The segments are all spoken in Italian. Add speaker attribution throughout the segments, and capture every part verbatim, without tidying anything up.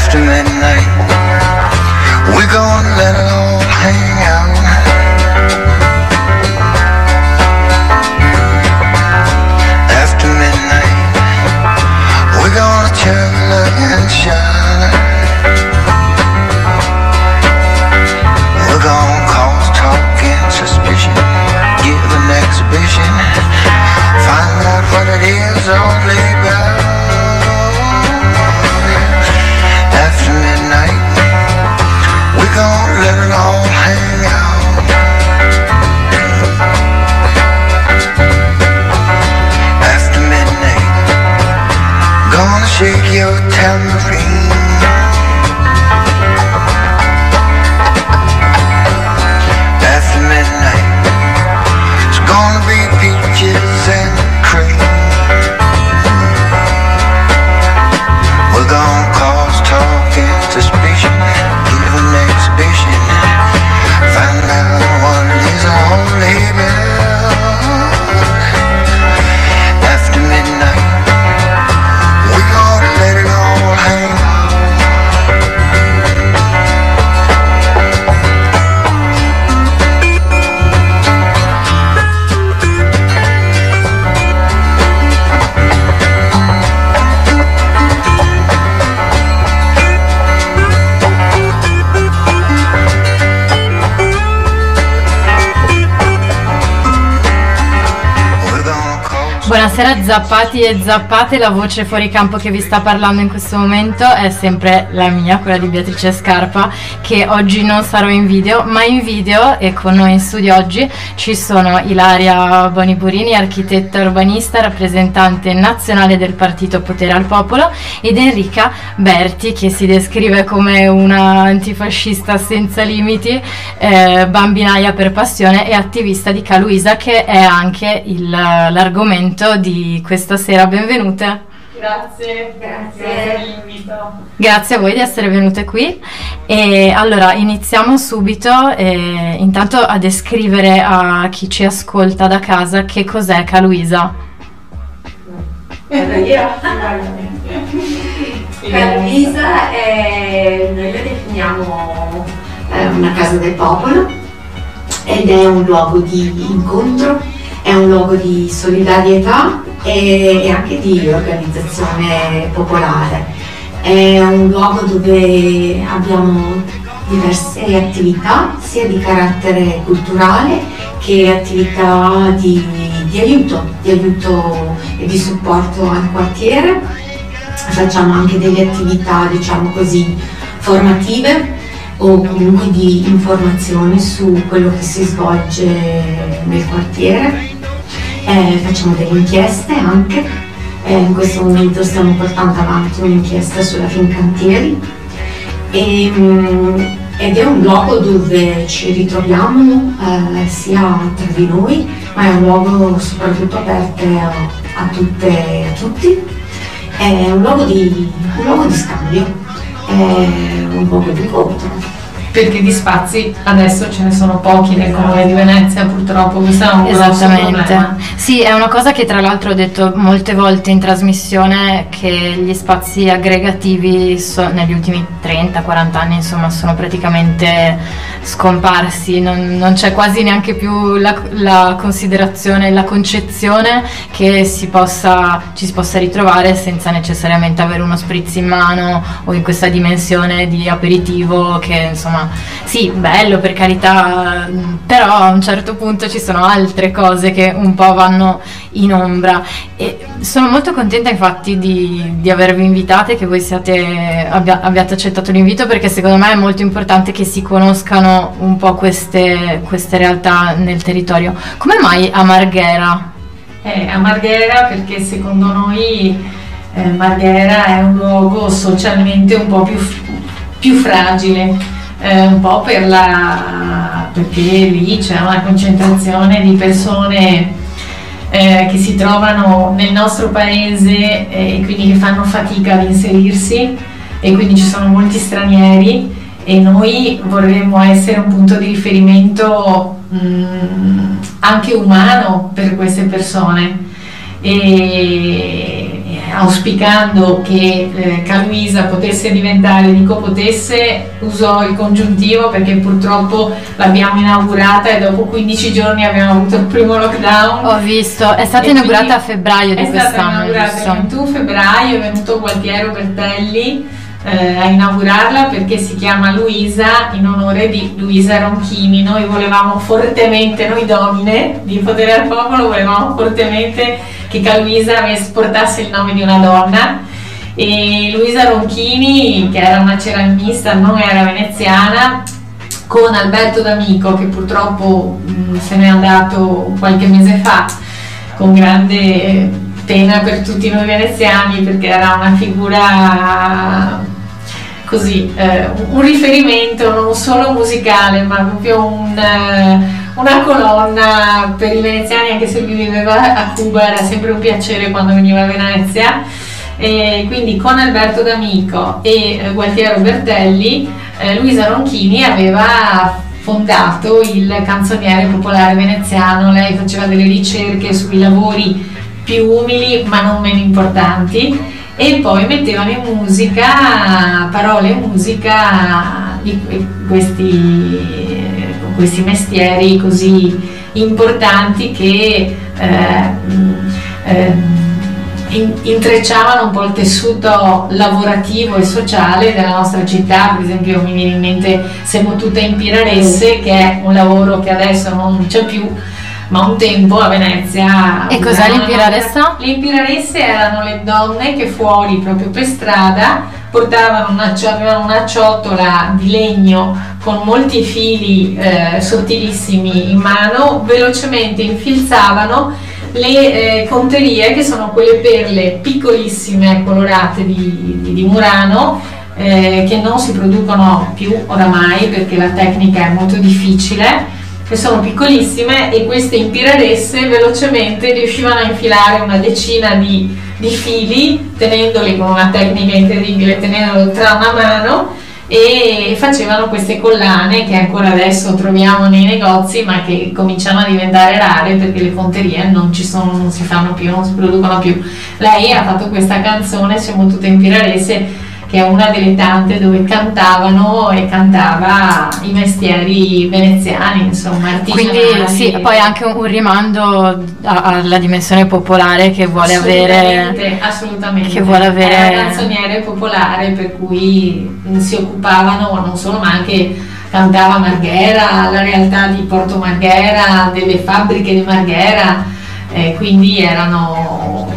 Speaker 1: After midnight, we're gonna let it all hang out. After midnight, we're gonna travel and shine. We're gonna cause talk and suspicion, give an exhibition, find out what it is all about. After midnight, we're gonna let it all hang out. After midnight, gonna shake your tambourine. After midnight, it's gonna be peaches and cream. We're gonna cause talk and suspicion, give an exhibition, find out what it is all about. After midnight, we're gonna let it all hang out.
Speaker 2: Buonasera zappati e zappate, la voce fuori campo che vi sta parlando in questo momento è sempre la mia, quella di Beatrice Scarpa, che oggi non sarò in video, ma in video e con noi in studio oggi ci sono Ilaria Boniburini, architetta urbanista, rappresentante nazionale del partito Potere al Popolo, ed Enrica Berti, che si descrive come una antifascista senza limiti, eh, bambinaia per passione e attivista di Ca' Luisa, che è anche il, l'argomento di questa sera. Benvenute.
Speaker 3: Grazie, grazie per l'invito.
Speaker 2: Grazie a voi di essere venute qui. E allora iniziamo subito, eh, intanto a descrivere a chi ci ascolta da casa che cos'è Ca' Luisa.
Speaker 4: Ca' Luisa è, noi la definiamo eh, una casa del popolo ed è un luogo di incontro, è un luogo di solidarietà e, e anche di organizzazione popolare. È un luogo dove abbiamo diverse attività, sia di carattere culturale che attività di, di aiuto, di aiuto e di supporto al quartiere. Facciamo anche delle attività, diciamo così, formative o comunque di informazione su quello che si svolge nel quartiere. Eh, facciamo delle inchieste anche, eh, in questo momento stiamo portando avanti un'inchiesta sulla Fincantieri e, um, ed è un luogo dove ci ritroviamo eh, sia tra di noi, ma è un luogo soprattutto aperto a, a tutte e a tutti. È un luogo di, un luogo di scambio, è un luogo di incontro.
Speaker 3: Perché di spazi adesso ce ne sono pochi nel comune di Venezia, purtroppo. Questo è un grosso problema.
Speaker 2: Sì, è una cosa che tra l'altro ho detto molte volte in trasmissione, che gli spazi aggregativi so, negli ultimi trenta quaranta anni insomma sono praticamente scomparsi, non, non c'è quasi neanche più la, la considerazione, la concezione che si possa, ci si possa ritrovare senza necessariamente avere uno spritz in mano o in questa dimensione di aperitivo che insomma sì, bello per carità, però a un certo punto ci sono altre cose che un po' vanno in ombra e sono molto contenta infatti di, di avervi invitate, che voi siate, abbia, abbiate accettato l'invito, perché secondo me è molto importante che si conoscano un po' queste, queste realtà nel territorio. Come mai a Marghera?
Speaker 3: Eh, a Marghera perché secondo noi eh, Marghera è un luogo socialmente un po' più, più fragile. Eh, un po' per la, perché lì c'è una concentrazione di persone eh, che si trovano nel nostro paese eh, e quindi che fanno fatica ad inserirsi, e quindi ci sono molti stranieri e noi vorremmo essere un punto di riferimento mh, anche umano per queste persone. E auspicando che eh, Caluisa potesse diventare, dico potesse, usò il congiuntivo perché purtroppo l'abbiamo inaugurata e dopo quindici giorni abbiamo avuto il primo lockdown.
Speaker 2: Ho visto, è stata
Speaker 3: E
Speaker 2: inaugurata a febbraio di
Speaker 3: è stata
Speaker 2: quest'anno.
Speaker 3: inaugurata il ventuno febbraio, è venuto Gualtiero Bertelli eh, a inaugurarla perché si chiama Luisa in onore di Luisa Ronchini. Noi volevamo fortemente, noi donne di Potere al Popolo, volevamo fortemente che Caluisa portasse il nome di una donna, e Luisa Ronchini, che era una ceramista, non era veneziana, con Alberto D'Amico, che purtroppo mh, se n'è andato qualche mese fa, con grande pena per tutti noi veneziani, perché era una figura così, eh, un riferimento non solo musicale ma proprio un, eh, una colonna per i veneziani, anche se lui viveva a Cuba era sempre un piacere quando veniva a Venezia. E quindi con Alberto D'Amico e eh, Gualtiero Bertelli, eh, Luisa Ronchini aveva fondato il Canzoniere Popolare Veneziano. Lei faceva delle ricerche sui lavori più umili ma non meno importanti, e poi mettevano in musica parole e musica di questi, questi mestieri così importanti che eh, eh, in, intrecciavano un po' il tessuto lavorativo e sociale della nostra città. Per esempio mi viene in mente Siamo tutte impiraresse, che è un lavoro che adesso non c'è più, ma un tempo a Venezia.
Speaker 2: E cos'è l'impiraressa?
Speaker 3: Le impiraresse erano le donne che fuori, proprio per strada, portavano una, avevano una ciotola di legno con molti fili eh, sottilissimi in mano, velocemente infilzavano le eh, conterie, che sono quelle perle piccolissime colorate di, di, di Murano, eh, che non si producono più oramai perché la tecnica è molto difficile, che sono piccolissime, e queste impiraresse velocemente riuscivano a infilare una decina di, di fili, tenendoli con una tecnica incredibile, tenendoli tra una mano, e facevano queste collane che ancora adesso troviamo nei negozi, ma che cominciano a diventare rare perché le fonterie non ci sono, non si fanno più, non si producono più. Lei ha fatto questa canzone, Siamo tutte impiraresse, che è una delle tante dove cantavano e cantava i mestieri veneziani, insomma, artigianali.
Speaker 2: Quindi sì, poi anche un rimando a- alla dimensione popolare che vuole avere.
Speaker 3: Assolutamente,
Speaker 2: Che vuole avere.
Speaker 3: Era una canzoniere popolare, per cui si occupavano non solo, ma anche cantava Marghera, la realtà di Porto Marghera, delle fabbriche di Marghera, eh, quindi erano.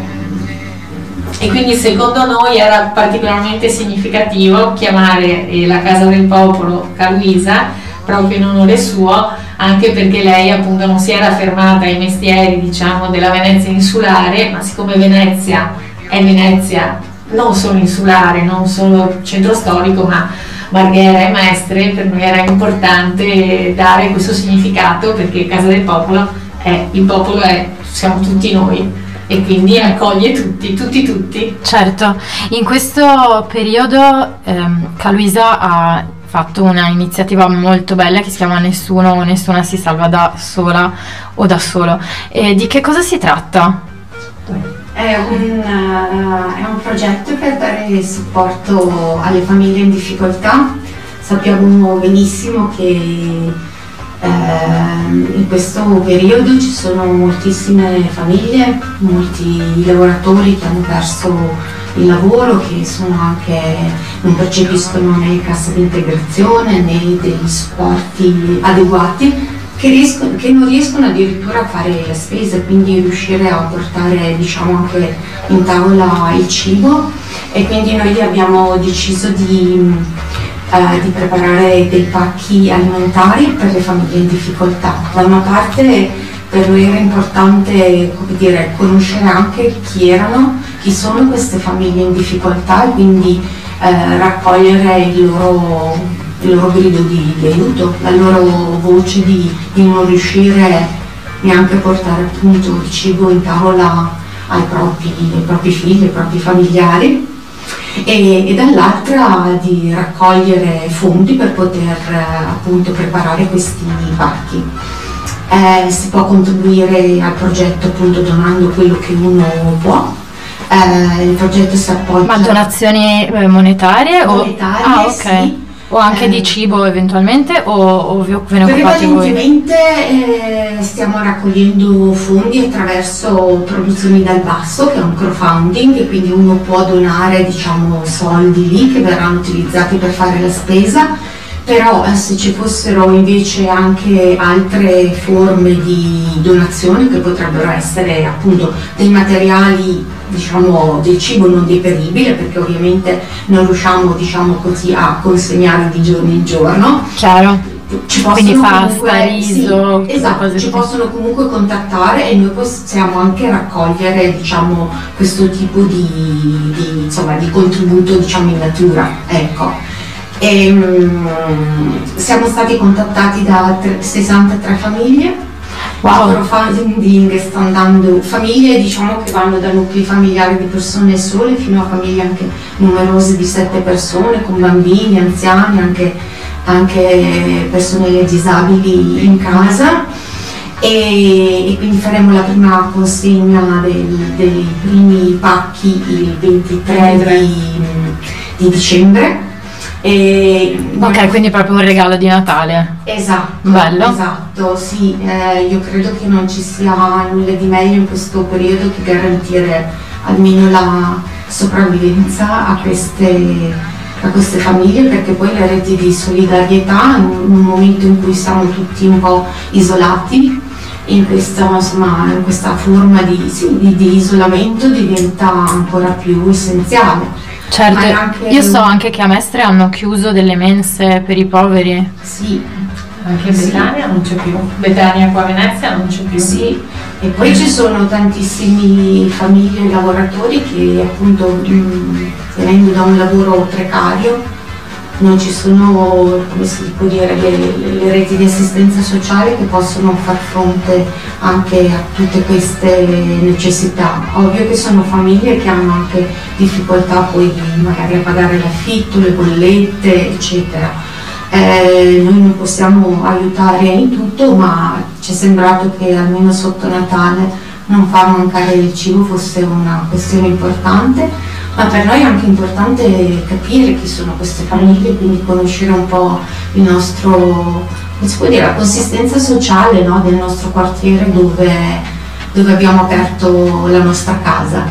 Speaker 3: E quindi secondo noi era particolarmente significativo chiamare eh, la Casa del Popolo Caluisa proprio in onore suo, anche perché lei appunto non si era fermata ai mestieri, diciamo, della Venezia insulare, ma siccome Venezia è Venezia non solo insulare, non solo centro storico, ma Marghera e Mestre, per noi era importante dare questo significato, perché Casa del Popolo è, il popolo è, siamo tutti noi, e quindi accoglie tutti, tutti, tutti.
Speaker 2: Certo, in questo periodo ehm, Caluisa ha fatto una iniziativa molto bella che si chiama Nessuno o Nessuna si salva da sola o da solo. E di che cosa si tratta?
Speaker 4: È un, uh, è un progetto per dare supporto alle famiglie in difficoltà. Sappiamo benissimo che in questo periodo ci sono moltissime famiglie, molti lavoratori che hanno perso il lavoro, che sono anche, non percepiscono né cassa di integrazione né degli supporti adeguati, che, riescono, che non riescono addirittura a fare le spese, quindi riuscire a portare, diciamo, anche in tavola il cibo. E quindi noi abbiamo deciso di Uh, di preparare dei pacchi alimentari per le famiglie in difficoltà. Da una parte per noi era importante, come dire, conoscere anche chi erano, chi sono queste famiglie in difficoltà, e quindi uh, raccogliere il loro, il loro grido di, di aiuto, la loro voce di, di non riuscire neanche a portare appunto il cibo in tavola ai propri, ai propri figli, ai propri familiari. E, e dall'altra di raccogliere fondi per poter eh, appunto preparare questi pacchi. Eh, si può contribuire al progetto appunto donando quello che uno può, Eh, il progetto si appoggia.
Speaker 2: Ma donazioni eh, monetarie?
Speaker 4: monetarie?
Speaker 2: O... Ah, ok.
Speaker 4: Sì.
Speaker 2: O anche
Speaker 4: Eh,
Speaker 2: di cibo eventualmente, o, o vi ve ne occupate voi?
Speaker 4: Prevalentemente eh, stiamo raccogliendo fondi attraverso Produzioni dal Basso, che è un crowdfunding, e quindi uno può donare, diciamo, soldi lì che verranno utilizzati per fare la spesa, però eh, se ci fossero invece anche altre forme di donazione, che potrebbero essere appunto dei materiali, diciamo, del cibo non deperibile, perché ovviamente non riusciamo, diciamo così, a consegnare di giorno in giorno.
Speaker 2: Chiaro.
Speaker 4: Ci
Speaker 2: Quindi
Speaker 4: possono
Speaker 2: pasta,
Speaker 4: comunque-
Speaker 2: riso,
Speaker 4: sì, esatto,
Speaker 2: cose
Speaker 4: ci
Speaker 2: così.
Speaker 4: possono comunque contattare e noi possiamo anche raccogliere, diciamo, questo tipo di, di, insomma, di contributo, diciamo, in natura, ecco. E, mm, siamo stati contattati da tre- sessantatré famiglie.
Speaker 2: Wow.
Speaker 4: Il crowdfunding sta andando, famiglie, diciamo, che vanno da nuclei familiari di persone sole fino a famiglie anche numerose di sette persone, con bambini, anziani, anche, anche persone disabili in casa. E, e quindi faremo la prima consegna del- dei primi pacchi il ventitré di, di dicembre. E
Speaker 2: Ok, quindi proprio un regalo di Natale.
Speaker 4: Esatto,
Speaker 2: Bello.
Speaker 4: esatto, sì, eh, io credo che non ci sia nulla di meglio in questo periodo che garantire almeno la sopravvivenza a queste, a queste famiglie, perché poi le reti di solidarietà, in un momento in cui siamo tutti un po' isolati, in questa, insomma, in questa forma di, sì, di, di isolamento, diventa ancora più essenziale.
Speaker 2: Certo,
Speaker 4: Ma è anche-
Speaker 2: io so anche che a Mestre hanno chiuso delle mense per i poveri.
Speaker 4: Sì,
Speaker 3: Anche
Speaker 4: Sì.
Speaker 3: Betania non c'è più. Betania qua a Venezia non c'è più.
Speaker 4: sì, e poi ci sono tantissimi famiglie e lavoratori che appunto mh, venendo da un lavoro precario non ci sono, come si può dire, le, le reti di assistenza sociale che possono far fronte anche a tutte queste necessità. Ovvio che sono famiglie che hanno anche difficoltà poi magari a pagare l'affitto, le bollette, eccetera. Eh, noi non possiamo aiutare in tutto, ma ci è sembrato che almeno sotto Natale non far mancare il cibo fosse una questione importante, ma per noi è anche importante capire chi sono queste famiglie, quindi conoscere un po' il nostro, come si può dire, la consistenza sociale, no, del nostro quartiere dove, dove abbiamo aperto la nostra casa,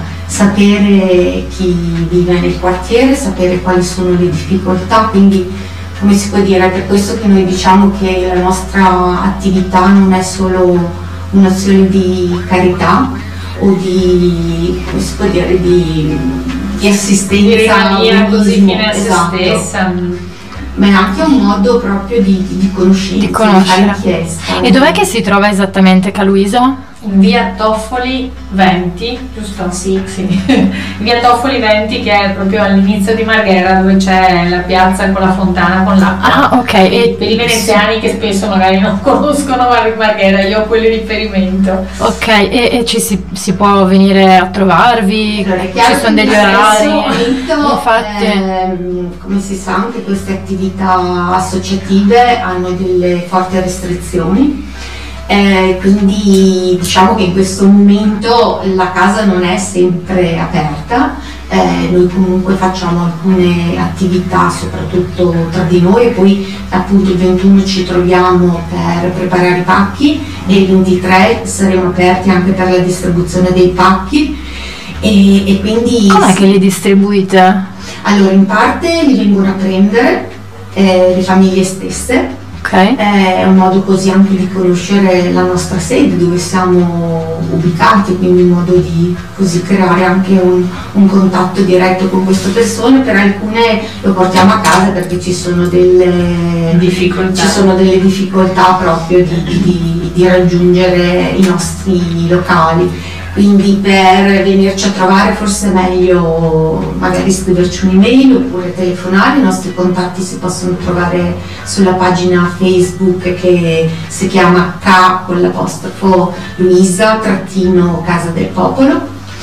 Speaker 4: sapere chi vive nel quartiere, sapere quali sono le difficoltà, quindi come si può dire, è per questo che noi diciamo che la nostra attività non è solo un'azione di carità o di, come si può dire, di, di assistenza,
Speaker 3: Di rimania così
Speaker 4: buonismo,
Speaker 3: fine a se
Speaker 4: esatto,
Speaker 3: stessa.
Speaker 4: ma è anche un modo proprio di, di conoscenza,
Speaker 2: Di conoscere.
Speaker 4: fare richiesta.
Speaker 2: E dov'è che si trova esattamente Caluiso?
Speaker 3: In via Toffoli venti, giusto?
Speaker 4: Sì.
Speaker 3: Sì. In via Toffoli venti, che è proprio all'inizio di Marghera, dove c'è la piazza con la fontana con l'acqua.
Speaker 2: Ah, ok.
Speaker 3: E
Speaker 2: E,
Speaker 3: per i veneziani che spesso magari non conoscono Mar- Marghera, io ho quel riferimento.
Speaker 2: ok, e, e ci si, si può venire a trovarvi?
Speaker 4: Allora, è chiaro
Speaker 2: Ci sono
Speaker 4: che
Speaker 2: degli
Speaker 4: in questo
Speaker 2: orari?
Speaker 4: momento,
Speaker 2: Infatti.
Speaker 4: ehm, come si sa, anche queste attività associative hanno delle forti restrizioni. Eh, quindi diciamo che in questo momento la casa non è sempre aperta, eh, noi comunque facciamo alcune attività soprattutto tra di noi, e poi appunto il ventuno ci troviamo per preparare i pacchi e il ventitré saremo aperti anche per la distribuzione dei pacchi e, e quindi
Speaker 2: Com'è
Speaker 4: sì.
Speaker 2: che li distribuite?
Speaker 4: Allora, in parte li vengono a prendere eh, le famiglie stesse.
Speaker 2: Ok.
Speaker 4: È un modo così anche di conoscere la nostra sede, dove siamo ubicati, quindi un modo di così creare anche un, un contatto diretto con queste persone. Per alcune lo portiamo a casa perché ci sono delle
Speaker 3: Difficoltà.
Speaker 4: ci sono delle difficoltà proprio di, di- di raggiungere i nostri locali. Quindi per venirci a trovare forse è meglio magari scriverci un'email oppure telefonare. I nostri contatti si possono trovare sulla pagina Facebook che si chiama K con l'apostrofo Luisa trattino Casa del Popolo,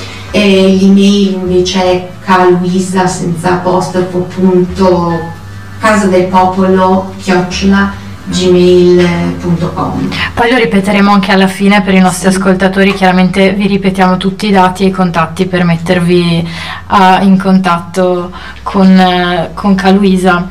Speaker 4: e l'email invece è kluisa senza apostrofo punto casa del popolo chiocciola gmail punto com.
Speaker 2: Poi lo ripeteremo anche alla fine per i nostri sì. ascoltatori, chiaramente vi ripetiamo tutti i dati e i contatti per mettervi uh, in contatto con, uh, con Ca Luisa.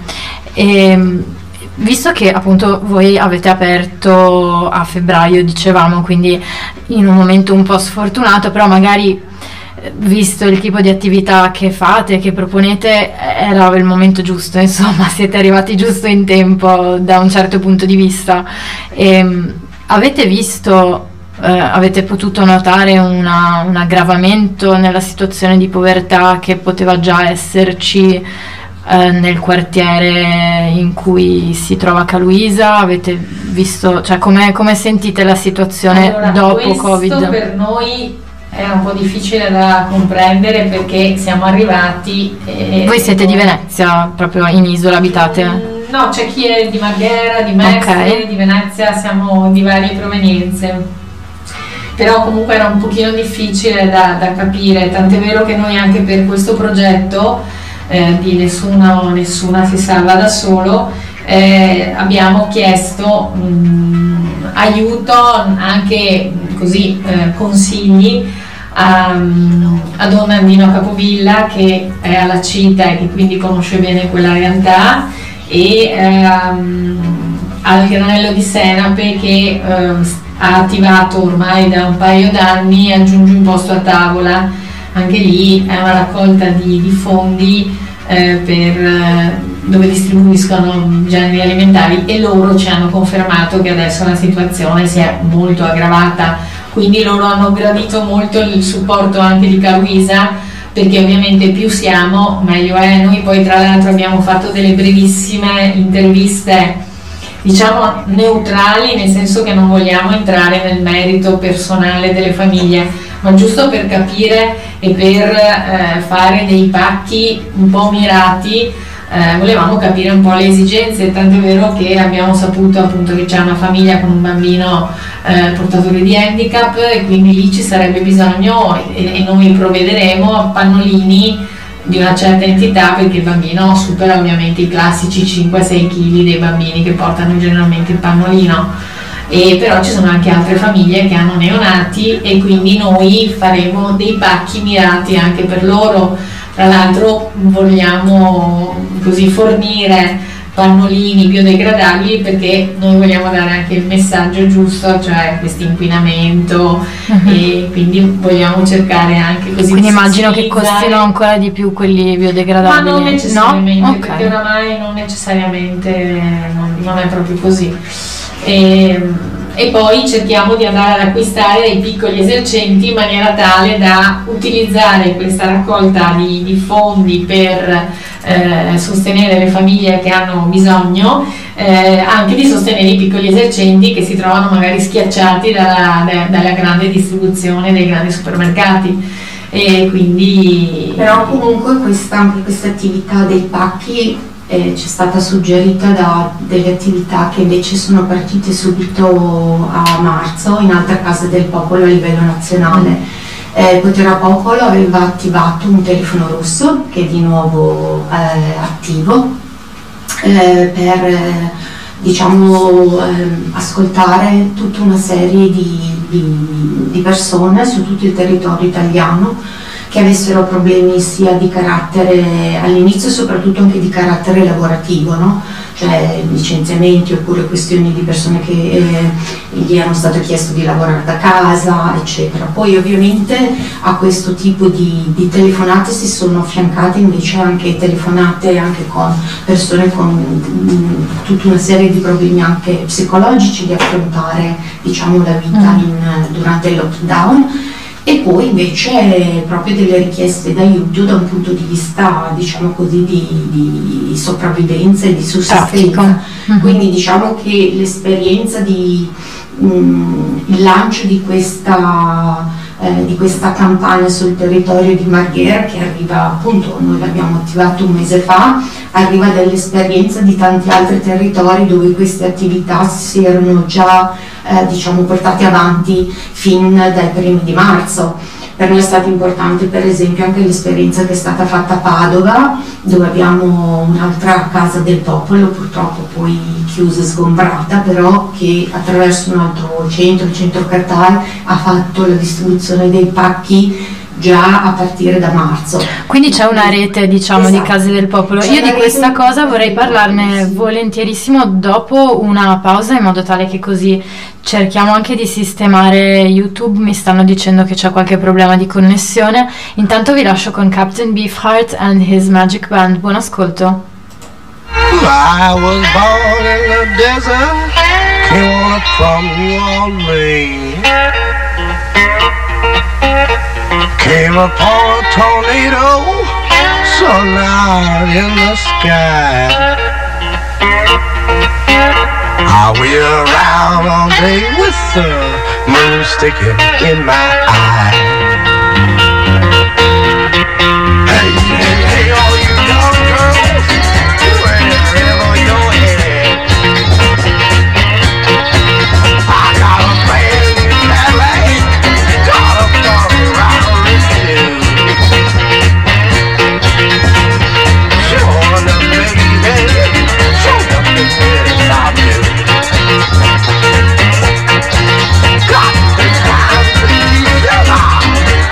Speaker 2: E, visto che appunto voi avete aperto a febbraio, dicevamo, quindi in un momento un po' sfortunato, però magari visto il tipo di attività che fate, che proponete, era il momento giusto, insomma, siete arrivati giusto in tempo da un certo punto di vista. E, avete visto, eh, avete potuto notare una, un aggravamento nella situazione di povertà che poteva già esserci eh, nel quartiere in cui si trova Ca Luisa? Avete visto, cioè come, come sentite la situazione
Speaker 3: allora,
Speaker 2: dopo Covid?
Speaker 3: Per noi è un po' difficile da comprendere perché siamo arrivati e
Speaker 2: voi siete di Venezia, proprio in isola abitate?
Speaker 3: Mm, no, c'è chi è di Marghera, di Mestre, okay. Di Venezia, siamo di varie provenienze, però comunque era un pochino difficile da, da capire, tant'è vero che noi anche per questo progetto eh, di Nessuno, Nessuna si salva da solo eh, abbiamo chiesto mh, aiuto, anche così eh, consigli a, a Don Nannino Capovilla, che è alla CITA e che quindi conosce bene quella realtà, e ehm, al Granello di Senape che eh, ha attivato ormai da un paio d'anni Aggiungi un posto a tavola. Anche lì è una raccolta di, di fondi eh, per, eh, dove distribuiscono generi alimentari, e loro ci hanno confermato che adesso la situazione si è molto aggravata, quindi loro hanno gradito molto il supporto anche di Ca Luisa, perché ovviamente più siamo meglio è. Noi poi tra l'altro abbiamo fatto delle brevissime interviste, diciamo neutrali, nel senso che non vogliamo entrare nel merito personale delle famiglie, ma giusto per capire e per eh, fare dei pacchi un po' mirati. Eh, volevamo capire un po' le esigenze, tanto è vero che abbiamo saputo appunto che c'è una famiglia con un bambino eh, portatore di handicap, e quindi lì ci sarebbe bisogno, e, e noi provvederemo a pannolini di una certa entità, perché il bambino supera ovviamente i classici cinque sei chili dei bambini che portano generalmente il pannolino, e però ci sono anche altre famiglie che hanno neonati, e quindi noi faremo dei pacchi mirati anche per loro. Tra l'altro vogliamo così fornire pannolini biodegradabili, perché noi vogliamo dare anche il messaggio giusto, cioè questo inquinamento, uh-huh. E quindi vogliamo cercare anche così.
Speaker 2: Quindi immagino che costino ancora di più quelli biodegradabili.
Speaker 3: Ma non necessariamente,
Speaker 2: no?
Speaker 3: Perché
Speaker 2: okay.
Speaker 3: oramai non necessariamente, non, non è proprio così. E, e poi cerchiamo di andare ad acquistare dei piccoli esercenti in maniera tale da utilizzare questa raccolta di, di fondi per eh, sostenere le famiglie che hanno bisogno, eh, anche di sostenere i piccoli esercenti che si trovano magari schiacciati dalla, da, dalla grande distribuzione dei grandi supermercati. E quindi
Speaker 4: però comunque questa, questa attività dei pacchi Eh, ci è stata suggerita da delle attività che invece sono partite subito a marzo in altre case del popolo a livello nazionale. Eh, Potere a Popolo aveva attivato un telefono rosso che è di nuovo eh, attivo eh, per eh, diciamo eh, ascoltare tutta una serie di, di, di persone su tutto il territorio italiano che avessero problemi sia di carattere all'inizio, soprattutto anche di carattere lavorativo, no? Cioè licenziamenti oppure questioni di persone che eh, gli hanno stato chiesto di lavorare da casa, eccetera. Poi ovviamente a questo tipo di, di telefonate si sono affiancate invece anche telefonate anche con persone con mh, tutta una serie di problemi anche psicologici da affrontare, diciamo, la vita in, durante il lockdown. E poi invece proprio delle richieste d'aiuto da un punto di vista, diciamo così, di, di sopravvivenza e di sussistenza. Mm-hmm. Quindi diciamo che l'esperienza di mh, il lancio di questa, eh, di questa campagna sul territorio di Marghera, che arriva appunto, noi l'abbiamo attivato un mese fa, arriva dall'esperienza di tanti altri territori dove queste attività si erano già Eh, diciamo portate avanti fin dai primi di marzo, Per noi è stato importante per esempio anche l'esperienza che è stata fatta a Padova, dove abbiamo un'altra casa del popolo, purtroppo poi chiusa e sgombrata, però che attraverso un altro centro, il centro Cartale, ha fatto la distribuzione dei pacchi già a partire da marzo.
Speaker 2: Quindi c'è una rete, diciamo,
Speaker 4: Esatto.
Speaker 2: di case del popolo.
Speaker 4: C'è
Speaker 2: Io di
Speaker 4: una
Speaker 2: questa
Speaker 4: rete-
Speaker 2: cosa vorrei parlarne volentierissimo dopo una pausa, in modo tale che così cerchiamo anche di sistemare YouTube. Mi stanno dicendo che c'è qualche problema di connessione. Intanto vi lascio con Captain Beefheart and his Magic Band. Buon ascolto.
Speaker 1: I was born in the desert, came on from New Orleans. Came upon a tornado, sun out in the sky. I wheel around all day with the moon sticking in my eye. Hey, hey, hey, all you young girls, wherever you're headed, I got a brand new Cadillac, got a Ferrari too. Sure enough, baby, sure enough, the best I do. Got the time to use it all.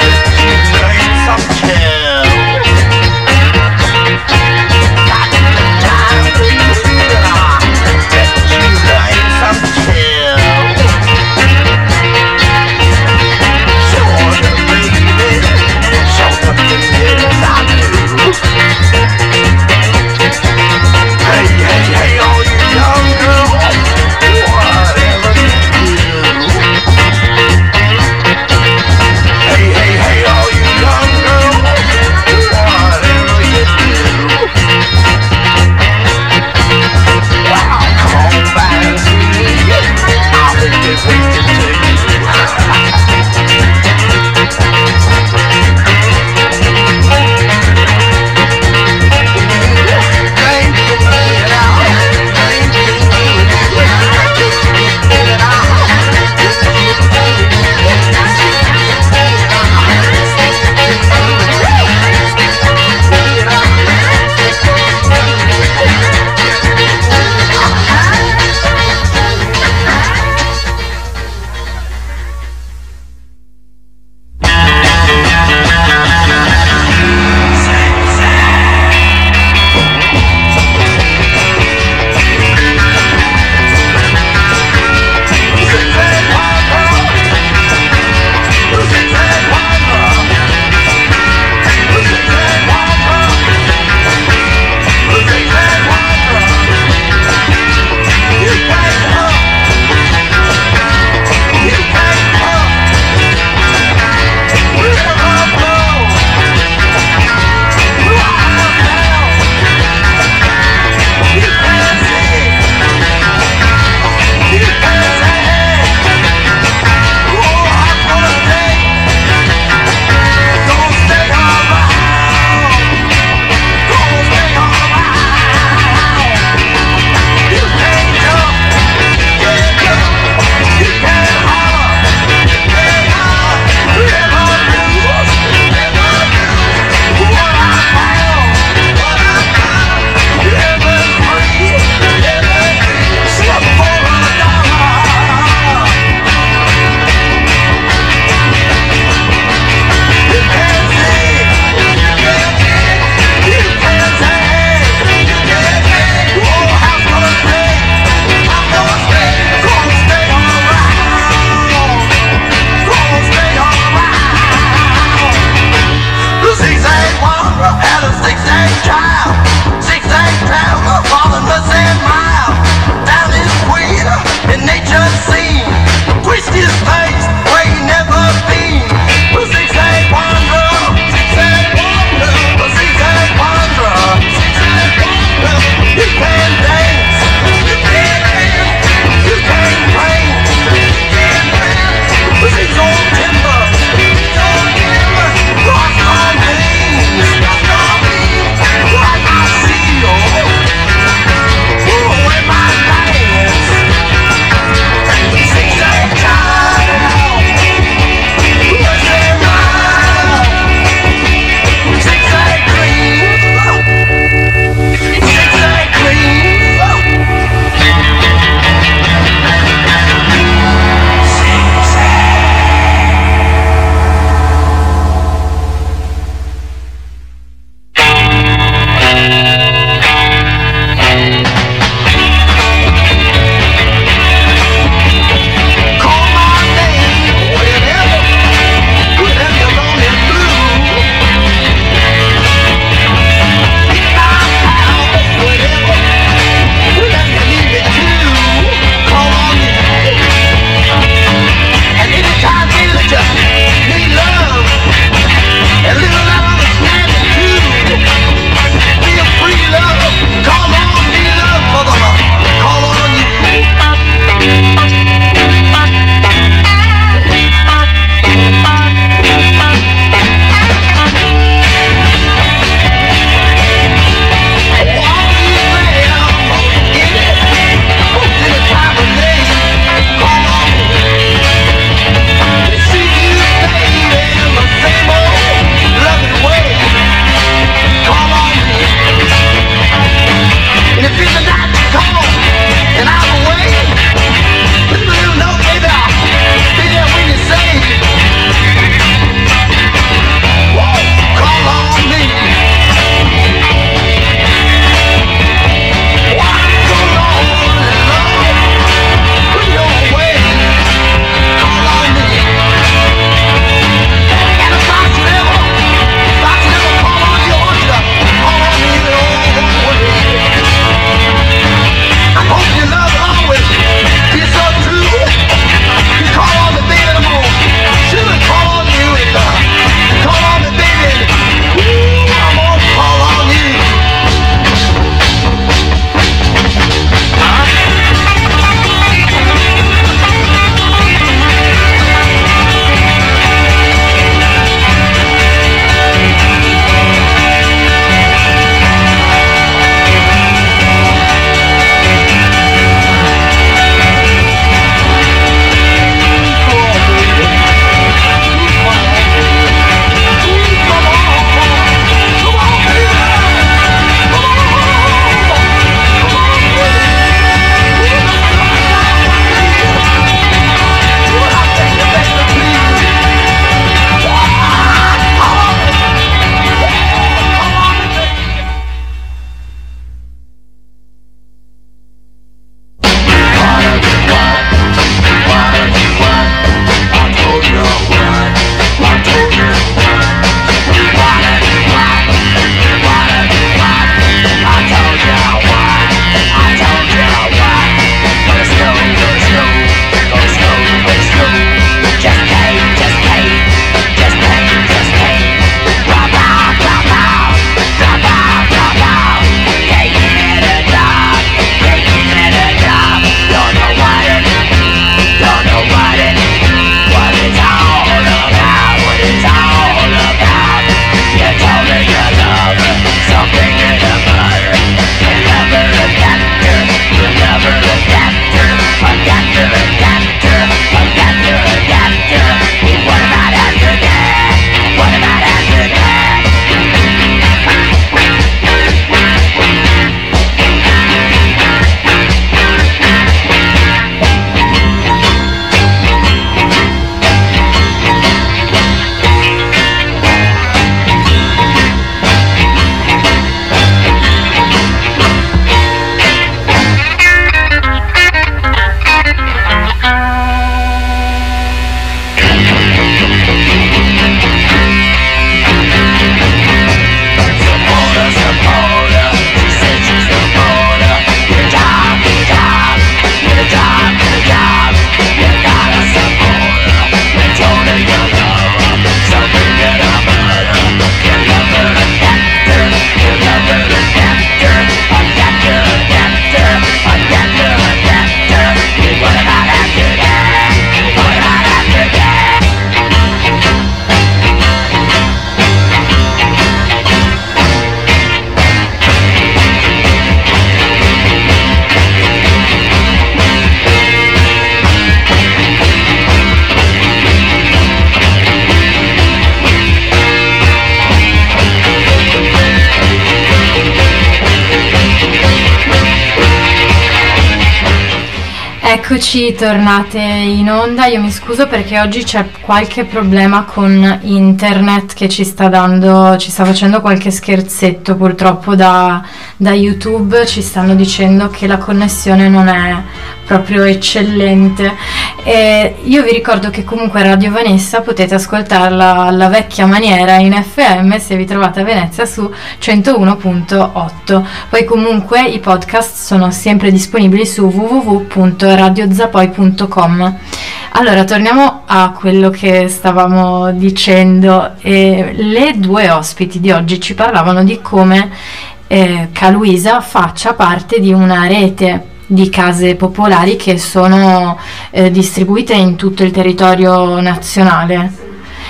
Speaker 2: Eccoci tornate in onda. Io mi scuso perché oggi c'è qualche problema con internet che ci sta dando, ci sta facendo qualche scherzetto. Purtroppo da, da YouTube ci stanno dicendo che la connessione non è proprio eccellente. E io vi ricordo che comunque Radio Vanessa potete ascoltarla alla vecchia maniera in F M se vi trovate a Venezia su centouno virgola otto. Poi comunque i podcast sono sempre disponibili su w w w punto radio zapoi punto com. Allora torniamo a quello che stavamo dicendo. E le due ospiti di oggi ci parlavano di come eh, Ca' Luisa faccia parte di una rete di case popolari che sono eh, distribuite in tutto il territorio nazionale,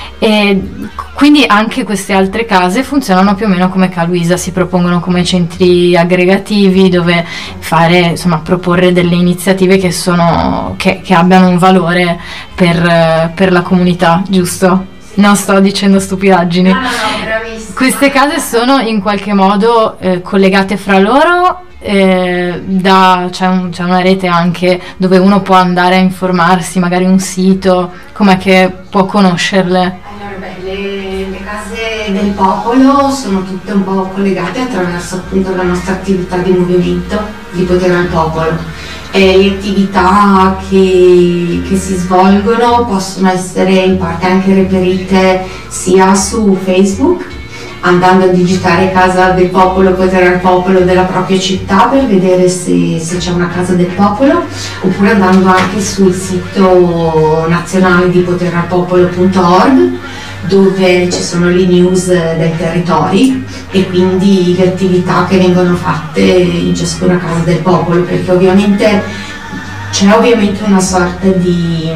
Speaker 2: e quindi anche queste altre case funzionano più o meno come Ca' Luisa, si propongono come centri aggregativi dove fare, insomma, proporre delle iniziative che sono che, che abbiano un valore per, per la comunità, giusto? Non sto dicendo stupidaggini.
Speaker 4: No, no, no, bravissima.
Speaker 2: Queste case sono in qualche modo eh, collegate fra loro. Eh, da, c'è, un, c'è una rete anche dove uno può andare a informarsi, magari un sito, com'è che può conoscerle?
Speaker 4: Allora, beh, le, le case del popolo sono tutte un po' collegate attraverso appunto la nostra attività di movimento di potere al popolo. E le attività che, che si svolgono possono essere in parte anche reperite sia su Facebook, andando a digitare Casa del Popolo, Potere al Popolo della propria città per vedere se, se c'è una Casa del Popolo, oppure andando anche sul sito nazionale di potere al popolo punto org, dove ci sono le news dai territori e quindi le attività che vengono fatte in ciascuna Casa del Popolo, perché ovviamente c'è ovviamente una sorta di,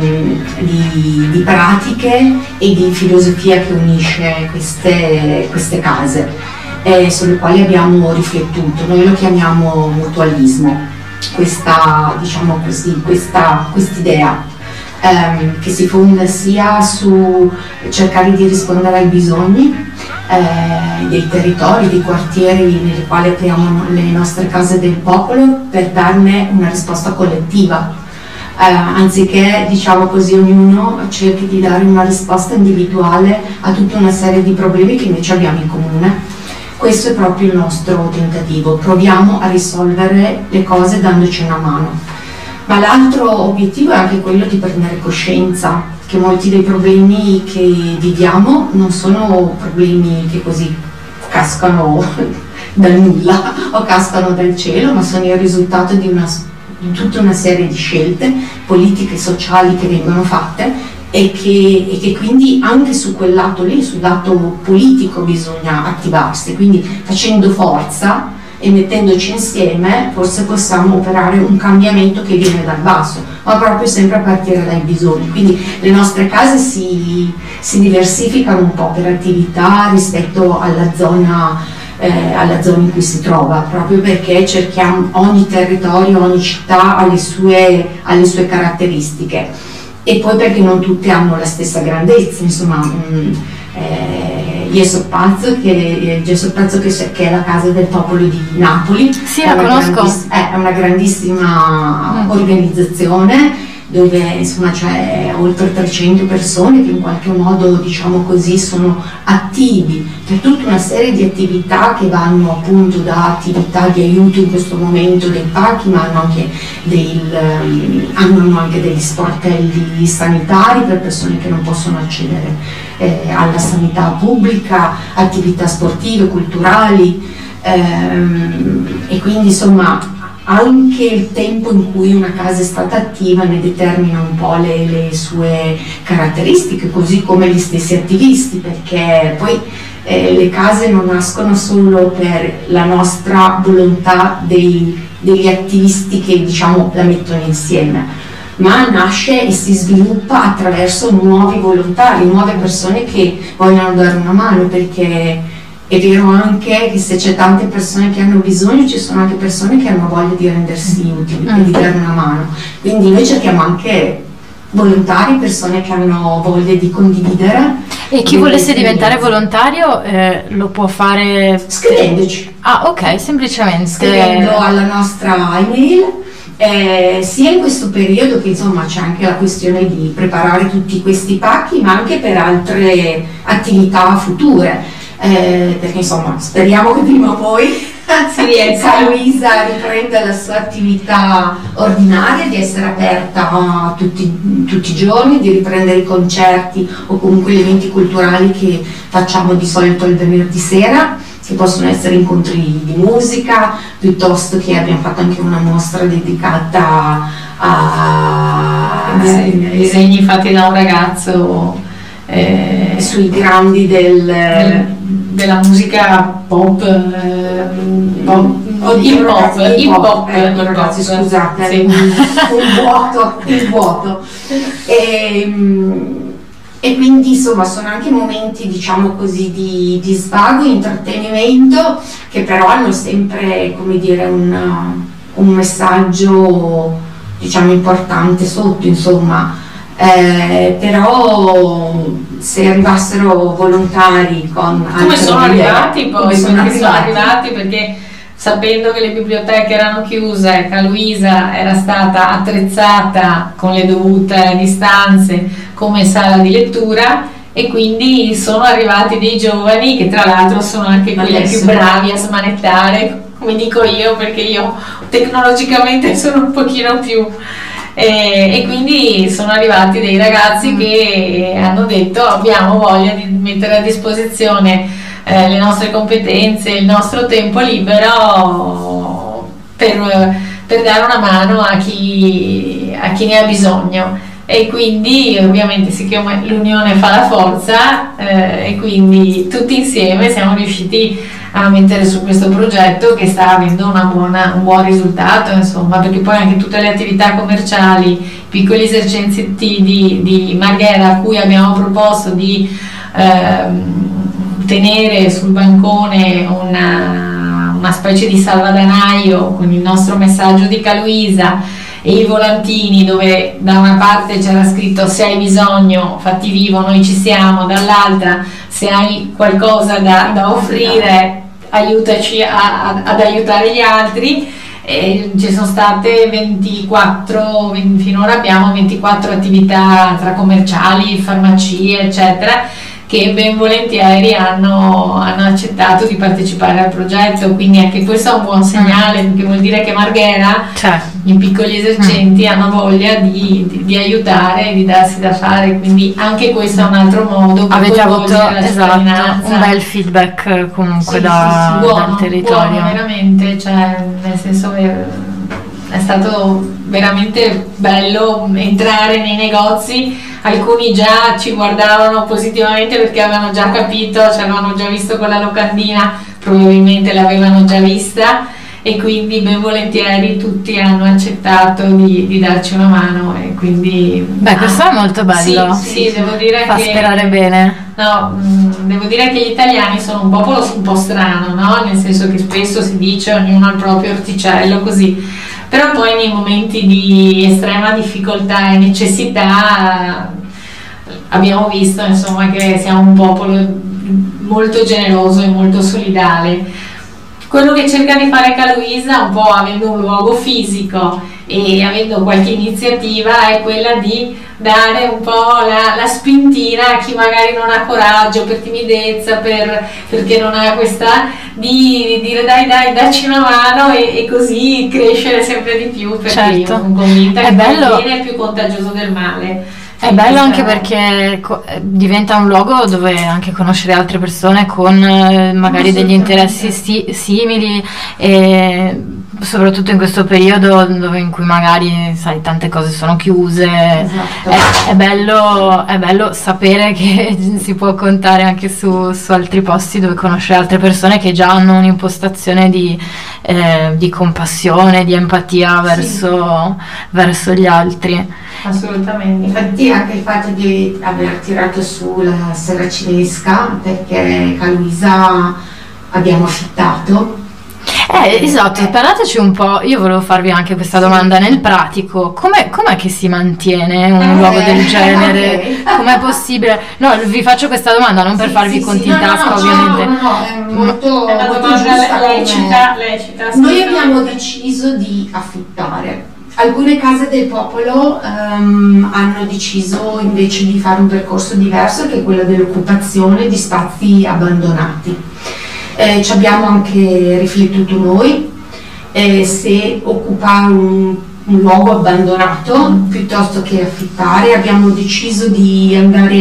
Speaker 4: di, di pratiche e di filosofia che unisce queste, queste case, eh, sulle quali abbiamo riflettuto. Noi lo chiamiamo mutualismo, questa, diciamo così, questa quest'idea ehm, che si fonda sia su cercare di rispondere ai bisogni eh, dei territori, dei quartieri nei quali apriamo le nostre case del popolo, per darne una risposta collettiva, eh, anziché, diciamo così, ognuno cerchi di dare una risposta individuale a tutta una serie di problemi che invece abbiamo in comune. Questo è proprio il nostro tentativo: proviamo a risolvere le cose dandoci una mano. Ma l'altro obiettivo è anche quello di prendere coscienza che molti dei problemi che viviamo non sono problemi che così cascano dal nulla o cascano dal cielo, ma sono il risultato di, una, di tutta una serie di scelte politiche e sociali che vengono fatte, e che, e che quindi anche su quel lato lì, sul lato politico, bisogna attivarsi. Quindi facendo forza e mettendoci insieme forse possiamo operare un cambiamento che viene dal basso, ma proprio sempre a partire dai bisogni. Quindi le nostre case si, si diversificano un po' per attività rispetto alla zona, eh, alla zona in cui si trova, proprio perché cerchiamo, ogni territorio, ogni città ha le sue, ha le sue caratteristiche, e poi perché non tutte hanno la stessa grandezza, insomma. Mh, eh, Jesopazzo, che, Jesopazzo che, che è la Casa del Popolo di Napoli,
Speaker 2: sì,
Speaker 4: è
Speaker 2: la
Speaker 4: una
Speaker 2: conosco.
Speaker 4: Grandiss- è una grandissima mm. organizzazione dove insomma c'è oltre trecento persone che in qualche modo, diciamo così, sono attivi per tutta una serie di attività che vanno appunto da attività di aiuto in questo momento dei parchi, ma hanno anche, del, um, hanno anche degli sportelli sanitari per persone che non possono accedere eh, alla sanità pubblica, attività sportive, culturali, ehm, e quindi insomma anche il tempo in cui una casa è stata attiva ne determina un po' le, le sue caratteristiche, così come gli stessi attivisti, perché poi eh, le case non nascono solo per la nostra volontà dei, degli attivisti che, diciamo, la mettono insieme, ma nasce e si sviluppa attraverso nuovi volontari, nuove persone che vogliono dare una mano, perché è vero anche che se c'è tante persone che hanno bisogno, ci sono anche persone che hanno voglia di rendersi utili e di dare una mano. Quindi noi cerchiamo anche volontari, persone che hanno voglia di condividere.
Speaker 2: E chi volesse diventare volontario eh, lo può fare
Speaker 4: scrivendoci.
Speaker 2: Ah, ok, semplicemente
Speaker 4: Scrivendo alla nostra email eh, sia in questo periodo che insomma c'è anche la questione di preparare tutti questi pacchi, ma anche per altre attività future, eh, perché insomma speriamo che prima o poi
Speaker 3: si riesca.
Speaker 4: Luisa riprenda la sua attività ordinaria, di essere aperta tutti, tutti i giorni, di riprendere i concerti o comunque gli eventi culturali che facciamo di solito il venerdì sera, che possono essere incontri di musica, piuttosto che abbiamo fatto anche una mostra dedicata a
Speaker 3: disegni, disegni fatti da un ragazzo eh,
Speaker 4: sui grandi del,
Speaker 3: del, della musica pop, eh, pop
Speaker 4: Oddio,
Speaker 3: hip hop,
Speaker 4: ragazzi,
Speaker 3: hip hop,
Speaker 4: ecco,
Speaker 3: hip
Speaker 4: ragazzi,
Speaker 3: hop,
Speaker 4: scusate,
Speaker 3: sì.
Speaker 4: un, un vuoto, un vuoto. E, e quindi insomma sono anche momenti, diciamo così, di, di svago, intrattenimento, che però hanno sempre, come dire, un, un messaggio, diciamo, importante sotto, insomma. Eh, però se arrivassero volontari con
Speaker 3: come sono arrivati poi,
Speaker 4: come sono arrivati.
Speaker 3: sono arrivati perché sapendo che le biblioteche erano chiuse, che Luisa era stata attrezzata con le dovute distanze come sala di lettura, e quindi sono arrivati dei giovani che tra l'altro sono anche quelli
Speaker 4: Adesso.
Speaker 3: più bravi a smanettare, come dico io, perché io tecnologicamente sono un pochino più e, e quindi sono arrivati dei ragazzi mm. che hanno detto abbiamo voglia di mettere a disposizione eh, le nostre competenze, il nostro tempo libero per, per dare una mano a chi, a chi ne ha bisogno. E quindi ovviamente siccome l'unione fa la forza eh, e quindi tutti insieme siamo riusciti a mettere su questo progetto che sta avendo una buona, un buon risultato, insomma, perché poi anche tutte le attività commerciali, piccoli esercizi di, di Marghera a cui abbiamo proposto di ehm, tenere sul bancone una, una specie di salvadanaio con il nostro messaggio di Caluisa e i volantini dove da una parte c'era scritto se hai bisogno fatti vivo, noi ci siamo, dall'altra se hai qualcosa da, da offrire aiutaci a, a, ad aiutare gli altri. E ci sono state ventiquattro, venti, finora abbiamo ventiquattro attività tra commerciali, farmacie eccetera, che ben volentieri hanno, hanno accettato di partecipare al progetto, quindi anche questo è un buon segnale, perché vuol dire che Marghera,
Speaker 2: cioè.
Speaker 3: i piccoli esercenti, mm. hanno voglia di, di, di aiutare, di darsi da fare, quindi anche questo è un altro modo per
Speaker 2: avete avuto
Speaker 3: la
Speaker 2: esatto, un bel feedback comunque
Speaker 3: sì,
Speaker 2: da,
Speaker 3: sì, sì, buono,
Speaker 2: dal territorio.
Speaker 3: Buono, veramente, cioè, nel senso è, è stato veramente bello entrare nei negozi. Alcuni già ci guardavano positivamente perché avevano già capito, ci avevano già visto con la locandina, probabilmente l'avevano già vista, e quindi ben volentieri tutti hanno accettato di, di darci una mano, e quindi
Speaker 2: beh, questo è molto bello.
Speaker 3: Sì, sì, sì, devo dire
Speaker 2: fa
Speaker 3: che
Speaker 2: sperare bene.
Speaker 3: No, mh, devo dire che gli italiani sono un popolo un po' strano, no? Nel senso che spesso si dice ognuno ha il proprio orticello, così. Però poi nei momenti di estrema difficoltà e necessità abbiamo visto, insomma, che siamo un popolo molto generoso e molto solidale. Quello che cerca di fare Caluisa, un po' avendo un luogo fisico e avendo qualche iniziativa, è quella di dare un po' la, la spintina a chi magari non ha coraggio, per timidezza, per, perché non ha questa, di, di dire dai dai dacci una mano, e, e così crescere sempre di più, perché
Speaker 2: certo.
Speaker 3: io sono convinta
Speaker 2: è
Speaker 3: che
Speaker 2: bello.
Speaker 3: il bene è più contagioso del male.
Speaker 2: È bello anche perché co- diventa un luogo dove anche conoscere altre persone con eh, magari degli interessi sti- simili, e soprattutto in questo periodo dove in cui magari sai tante cose sono chiuse.
Speaker 4: Esatto.
Speaker 2: è, è, bello, è bello sapere che si può contare anche su, su altri posti dove conoscere altre persone che già hanno un'impostazione di, eh, di compassione, di empatia verso, sì. verso gli altri.
Speaker 3: Assolutamente.
Speaker 4: Infatti anche il fatto di aver tirato su la Seracinesca, perché Caluisa abbiamo affittato.
Speaker 2: Eh, esatto, parlateci un po', io volevo farvi anche questa domanda nel pratico, com'è, com'è che si mantiene un eh, luogo del genere? Okay. Com'è possibile? No, vi faccio questa domanda non per sì, farvi sì, conti in sì, tasca, no, no, ovviamente.
Speaker 4: No, no, no, è molto,
Speaker 3: è una
Speaker 4: molto
Speaker 3: domanda
Speaker 4: giusta,
Speaker 3: lecita, lecita.
Speaker 4: Noi abbiamo deciso di affittare alcune case del popolo um, hanno deciso invece di fare un percorso diverso, che è quello dell'occupazione di spazi abbandonati. Eh, ci abbiamo anche riflettuto noi eh, se occupare un, un luogo abbandonato piuttosto che affittare. Abbiamo deciso di andare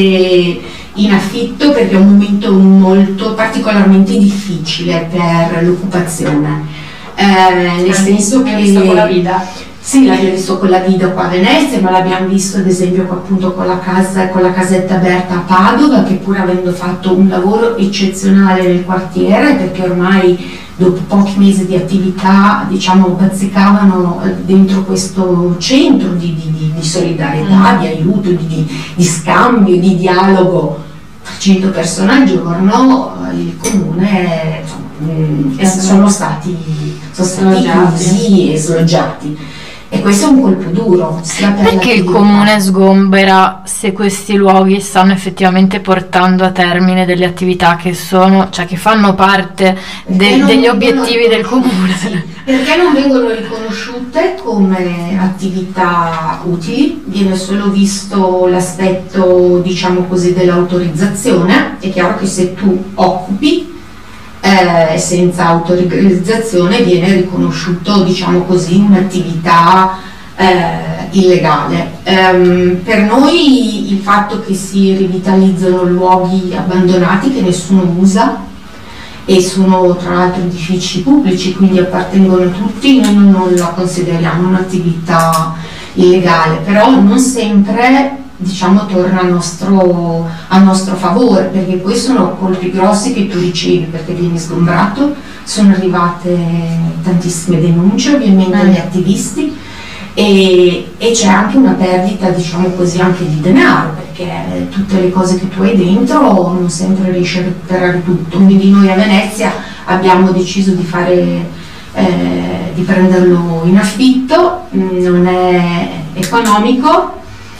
Speaker 4: in affitto perché è un momento molto particolarmente difficile per l'occupazione, eh, nel senso che
Speaker 3: visto con la vita.
Speaker 4: Sì, l'abbiamo visto con la Vida qua a Venezia, ma l'abbiamo visto ad esempio appunto con la, casa, con la casetta aperta a Padova, che pur avendo fatto un lavoro eccezionale nel quartiere, perché ormai dopo pochi mesi di attività, diciamo, bazzicavano dentro questo centro di, di, di solidarietà, di aiuto, di, di scambio, di dialogo, trecento persone al giorno, il comune, insomma, sono stati, sono stati chiusi e sloggiati. E questo è un colpo duro, sia per
Speaker 2: perché il comune sgombera se questi luoghi stanno effettivamente portando a termine delle attività che sono, cioè che fanno parte de- degli obiettivi del comune?
Speaker 4: Sì, perché non vengono riconosciute come attività utili, viene solo visto l'aspetto, diciamo così, dell'autorizzazione. È chiaro che se tu occupi Eh, senza autorizzazione viene riconosciuto, diciamo così, un'attività eh, illegale. Ehm, per noi il fatto che si rivitalizzano luoghi abbandonati che nessuno usa e sono tra l'altro edifici pubblici, quindi appartengono a tutti, noi non la consideriamo un'attività illegale, però non sempre, diciamo, torna al nostro, al nostro favore, perché poi sono colpi grossi che tu ricevi perché vieni sgombrato. Sono arrivate tantissime denunce ovviamente agli
Speaker 2: mm.
Speaker 4: attivisti e, e c'è anche una perdita, diciamo così, anche di denaro, perché tutte le cose che tu hai dentro non sempre riesci a recuperare tutto. Quindi noi a Venezia abbiamo deciso di fare eh, di prenderlo in affitto, non è economico.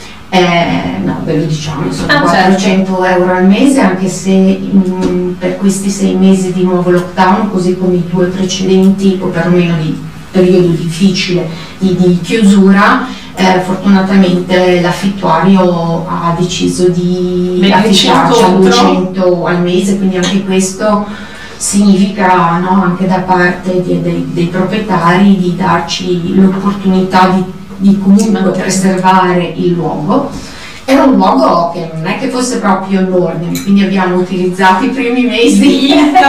Speaker 4: Eh, no, ve lo diciamo, sono
Speaker 3: ah,
Speaker 4: quattrocento
Speaker 3: certo.
Speaker 4: euro al mese, anche se in, per questi sei mesi di nuovo lockdown, così come i due precedenti, o perlomeno di periodo difficile di, di chiusura, eh, fortunatamente l'affittuario ha deciso di affittarci a duecento al mese, quindi anche questo significa, no, anche da parte di, dei, dei proprietari, di darci l'opportunità di di comunque preservare il luogo. Era un luogo che non è che fosse proprio in ordine, quindi abbiamo utilizzato i primi mesi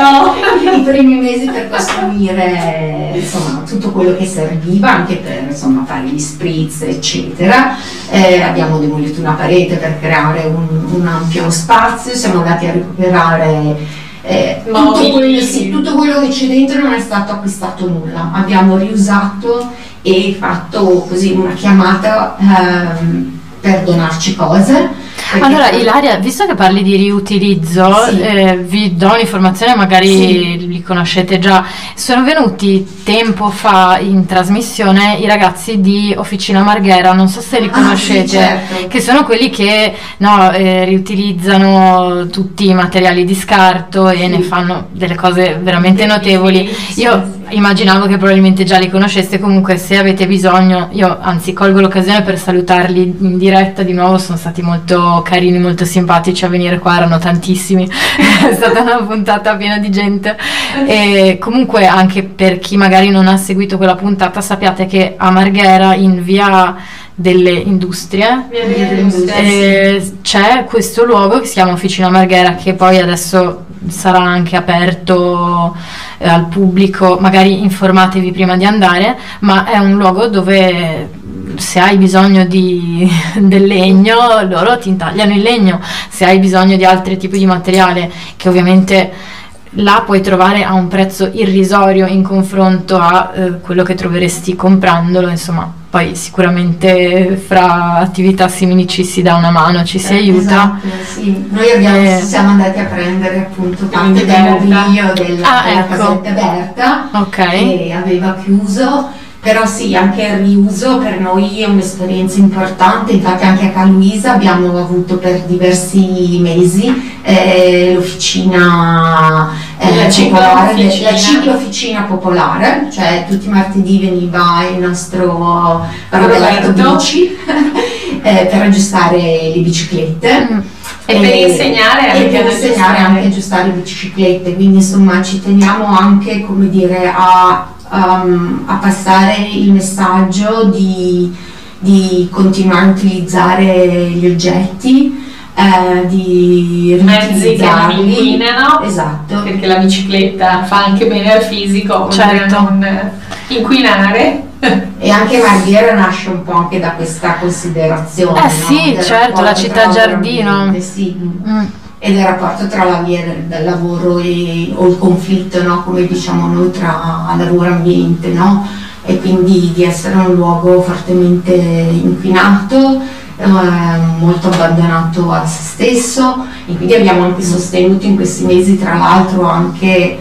Speaker 4: i primi mesi per costruire, insomma, tutto quello che serviva anche per, insomma, fare gli spritz eccetera. Eh, abbiamo demolito una parete per creare un, un ampio spazio, siamo andati a recuperare Eh, tutto, quello, sì, tutto quello che c'è dentro. Non è stato acquistato nulla, abbiamo riusato e fatto così una chiamata ehm, per donarci cose.
Speaker 2: Allora Ilaria, visto che parli di riutilizzo,
Speaker 4: sì.
Speaker 2: eh, vi do un'informazione, magari
Speaker 4: sì.
Speaker 2: li conoscete già. Sono venuti tempo fa in trasmissione i ragazzi di Officina Marghera, non so se li conoscete,
Speaker 4: ah, sì, certo.
Speaker 2: che sono quelli che no, eh, riutilizzano tutti i materiali di scarto e sì. ne fanno delle cose veramente notevoli.
Speaker 3: Sì,
Speaker 2: Io
Speaker 3: sì.
Speaker 2: immaginavo che probabilmente già li conosceste, comunque se avete bisogno, io anzi colgo l'occasione per salutarli in diretta di nuovo, sono stati molto carini, molto simpatici a venire qua, erano tantissimi, è stata una puntata piena di gente. E comunque anche per chi magari non ha seguito quella puntata, sappiate che a Marghera in via delle Industrie,
Speaker 3: via delle Industrie
Speaker 2: eh, c'è questo luogo che si chiama Officina Marghera, che poi adesso sarà anche aperto eh, al pubblico, magari informatevi prima di andare, ma è un luogo dove se hai bisogno di, del legno loro ti intagliano il legno, se hai bisogno di altri tipi di materiale che ovviamente là puoi trovare a un prezzo irrisorio in confronto a eh, quello che troveresti comprandolo, insomma. Poi sicuramente fra attività simili ci si dà una mano, ci si eh, aiuta.
Speaker 4: Esatto, sì. Noi abbiamo, eh, siamo andati a prendere appunto parte del mobilio della,
Speaker 2: ah,
Speaker 4: della
Speaker 2: ecco.
Speaker 4: casetta Berta,
Speaker 2: okay.
Speaker 4: che aveva chiuso, però sì, anche il riuso per noi è un'esperienza importante. Infatti anche a Caluisa abbiamo avuto per diversi mesi eh, l'officina
Speaker 3: La
Speaker 4: eh, popolare, de-
Speaker 3: ciclo-officina.
Speaker 4: la ciclo-officina popolare, cioè tutti i martedì veniva il nostro Roberto
Speaker 3: Roberto.
Speaker 4: Bici eh, per aggiustare le biciclette.
Speaker 2: Mm.
Speaker 3: E per insegnare
Speaker 4: e
Speaker 3: anche
Speaker 4: per
Speaker 3: ad
Speaker 4: insegnare
Speaker 3: aggiustare.
Speaker 4: anche a aggiustare le biciclette, quindi insomma ci teniamo anche, come dire, a, um, a passare il messaggio di, di continuare a utilizzare gli oggetti, eh, di
Speaker 3: Mezzi che non
Speaker 4: riutilizzarli.
Speaker 3: inquinano,
Speaker 4: Esatto.
Speaker 3: perché la bicicletta fa anche bene al fisico, oltre
Speaker 2: Certo.
Speaker 3: a non inquinare.
Speaker 4: E anche Marghera nasce un po' anche da questa considerazione.
Speaker 2: Eh
Speaker 4: no?
Speaker 2: sì,
Speaker 4: Del
Speaker 2: certo, la
Speaker 4: rapporto
Speaker 2: città
Speaker 4: tra
Speaker 2: giardino.
Speaker 4: l'ambiente, sì.
Speaker 2: Mm.
Speaker 4: E del rapporto tra la via del, del lavoro e, o il conflitto, no? Come diciamo noi, tra lavoro e ambiente, no? E quindi di essere un luogo fortemente inquinato, eh, molto abbandonato a se stesso, e quindi abbiamo anche sostenuto in questi mesi, tra l'altro, anche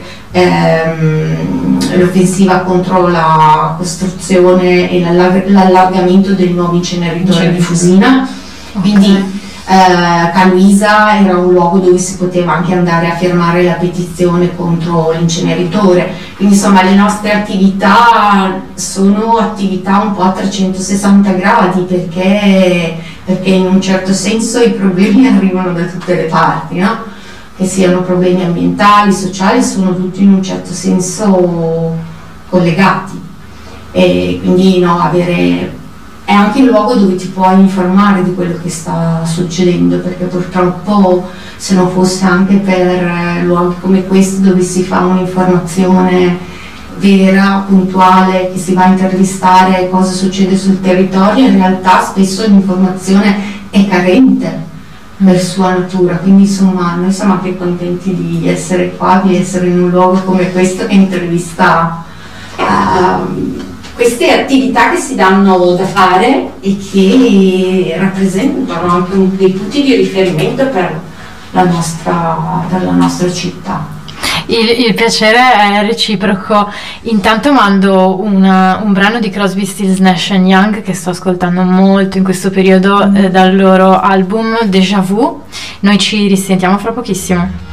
Speaker 4: ehm, l'offensiva contro la costruzione e l'allar- l'allargamento del nuovo inceneritore di Fusina. Quindi eh, Caluisa era un luogo dove si poteva anche andare a firmare la petizione contro l'inceneritore, quindi insomma le nostre attività sono attività un po' a trecentosessanta gradi, perché, perché in un certo senso i problemi arrivano da tutte le parti, no? Che siano problemi ambientali, sociali, sono tutti in un certo senso collegati, e quindi no, avere è anche un luogo dove ti puoi informare di quello che sta succedendo, perché purtroppo se non fosse anche per eh, luoghi come questo dove si fa un'informazione vera, puntuale, che si va a intervistare cosa succede sul territorio, in realtà spesso l'informazione è carente per sua natura, quindi insomma noi siamo anche contenti di essere qua, di essere in un luogo come questo che intervista uh, queste attività che si danno da fare e che rappresentano anche un, dei punti di riferimento per la nostra, per la nostra città.
Speaker 2: Il, il piacere è reciproco. Intanto mando una- un brano di Crosby, Stills, Nash and Young che sto ascoltando molto in questo periodo, eh, dal loro album Déjà Vu. Noi ci risentiamo fra pochissimo.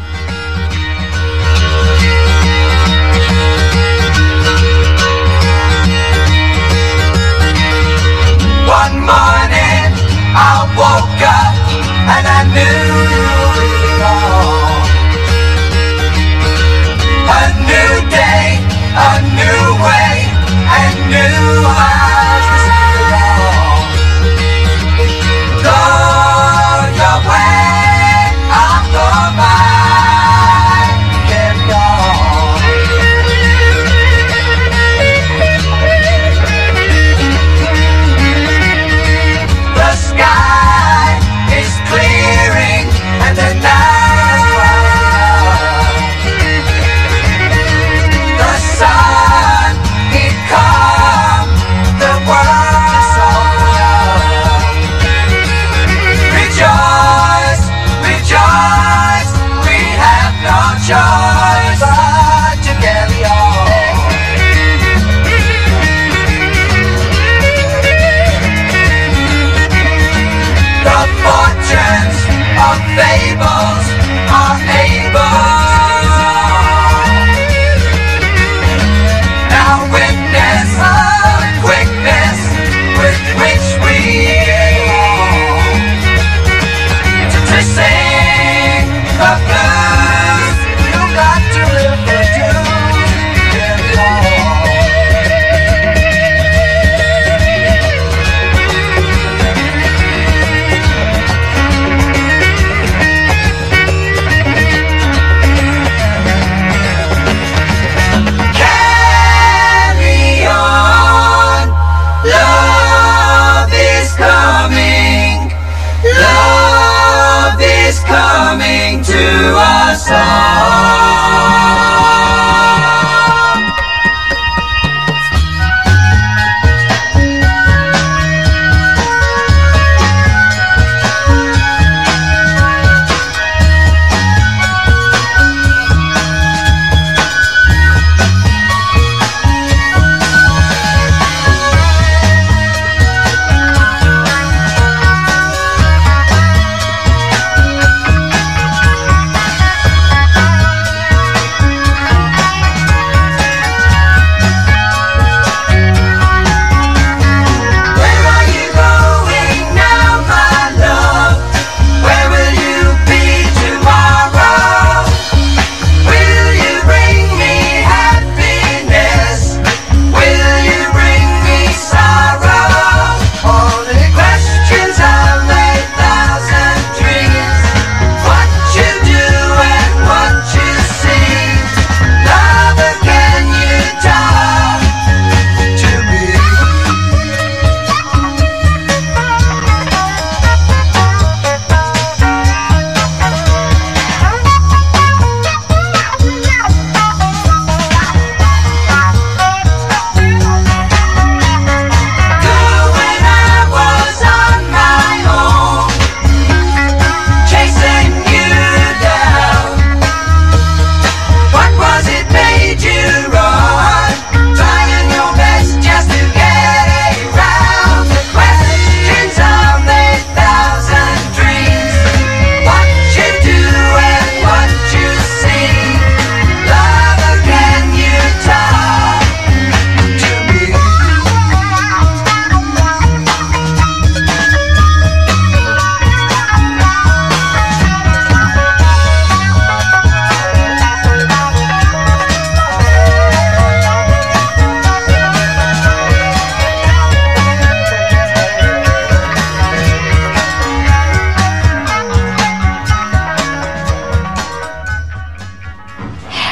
Speaker 1: One morning I woke up and I knew it all. A new day, a new way, and new eyes it all. Go your way, I'll go mine.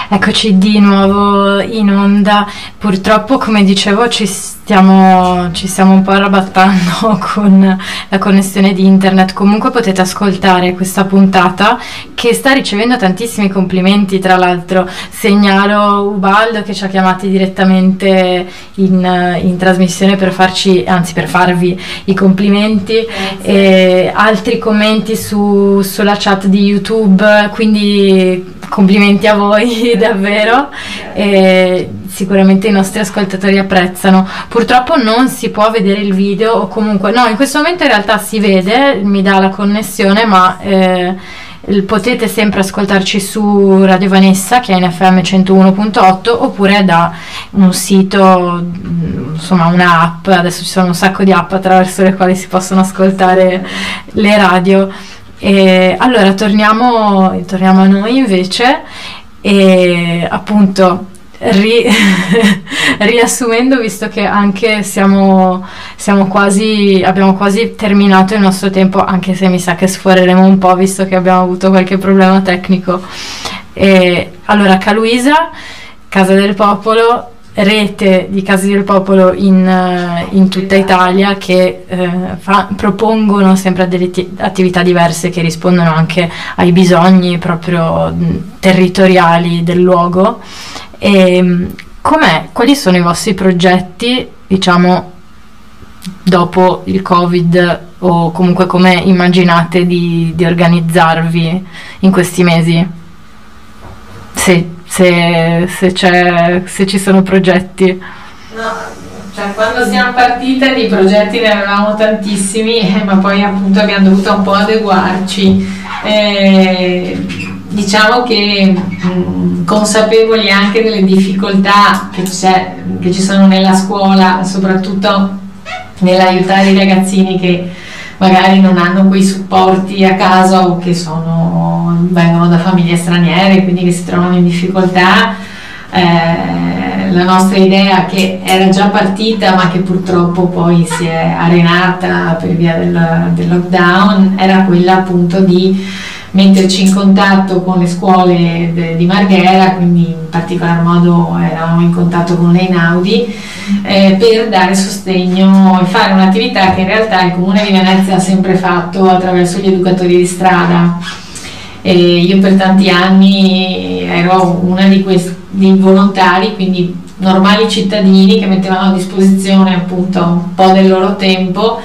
Speaker 2: Eccoci di nuovo in onda. Purtroppo, come dicevo, ci stiamo, ci stiamo un po' arrabattando con la connessione di internet. Comunque potete ascoltare questa puntata che sta ricevendo tantissimi complimenti. Tra l'altro segnalo Ubaldo che ci ha chiamati direttamente in, in trasmissione per farci, anzi per farvi i complimenti, e altri commenti su, sulla chat di YouTube, quindi complimenti a voi davvero, e sicuramente i nostri ascoltatori apprezzano. Purtroppo non si può vedere il video, o comunque no, in questo momento in realtà si vede, mi dà la connessione, ma eh, potete sempre ascoltarci su Radio Vanessa, che è in F M centouno virgola otto, oppure da un sito, insomma una app. Adesso ci sono un sacco di app attraverso le quali si possono ascoltare le radio. E allora torniamo, torniamo a noi invece, e appunto ri, riassumendo, visto che anche siamo, siamo quasi, abbiamo quasi terminato il nostro tempo, anche se mi sa che sforeremo un po' visto che abbiamo avuto qualche problema tecnico. E allora, Ca' Luisa, Casa del Popolo, rete di Case del Popolo in, in tutta Italia, che eh, fa, propongono sempre delle t- attività diverse che rispondono anche ai bisogni proprio territoriali del luogo. E com'è, quali sono i vostri progetti, diciamo, dopo il Covid, o comunque come immaginate di, di organizzarvi in questi mesi? Sì. Se, se, c'è, se ci sono progetti.
Speaker 3: No, cioè quando siamo partite di progetti ne avevamo tantissimi, eh, ma poi appunto abbiamo dovuto un po' adeguarci. Eh, diciamo che mh, consapevoli anche delle difficoltà che, c'è, che ci sono nella scuola, soprattutto nell'aiutare i ragazzini che magari non hanno quei supporti a casa, o che sono, vengono da famiglie straniere, quindi che si trovano in difficoltà. Eh, la nostra idea, che era già partita ma che purtroppo poi si è arenata per via del, del lockdown, era quella appunto di metterci in contatto con le scuole de, di Marghera, quindi in particolar modo eravamo in contatto con l'Einaudi, eh, per dare sostegno e fare un'attività che in realtà il Comune di Venezia ha sempre fatto attraverso gli educatori di strada. E io per tanti anni ero una di questi volontari, quindi normali cittadini che mettevano a disposizione appunto un po' del loro tempo,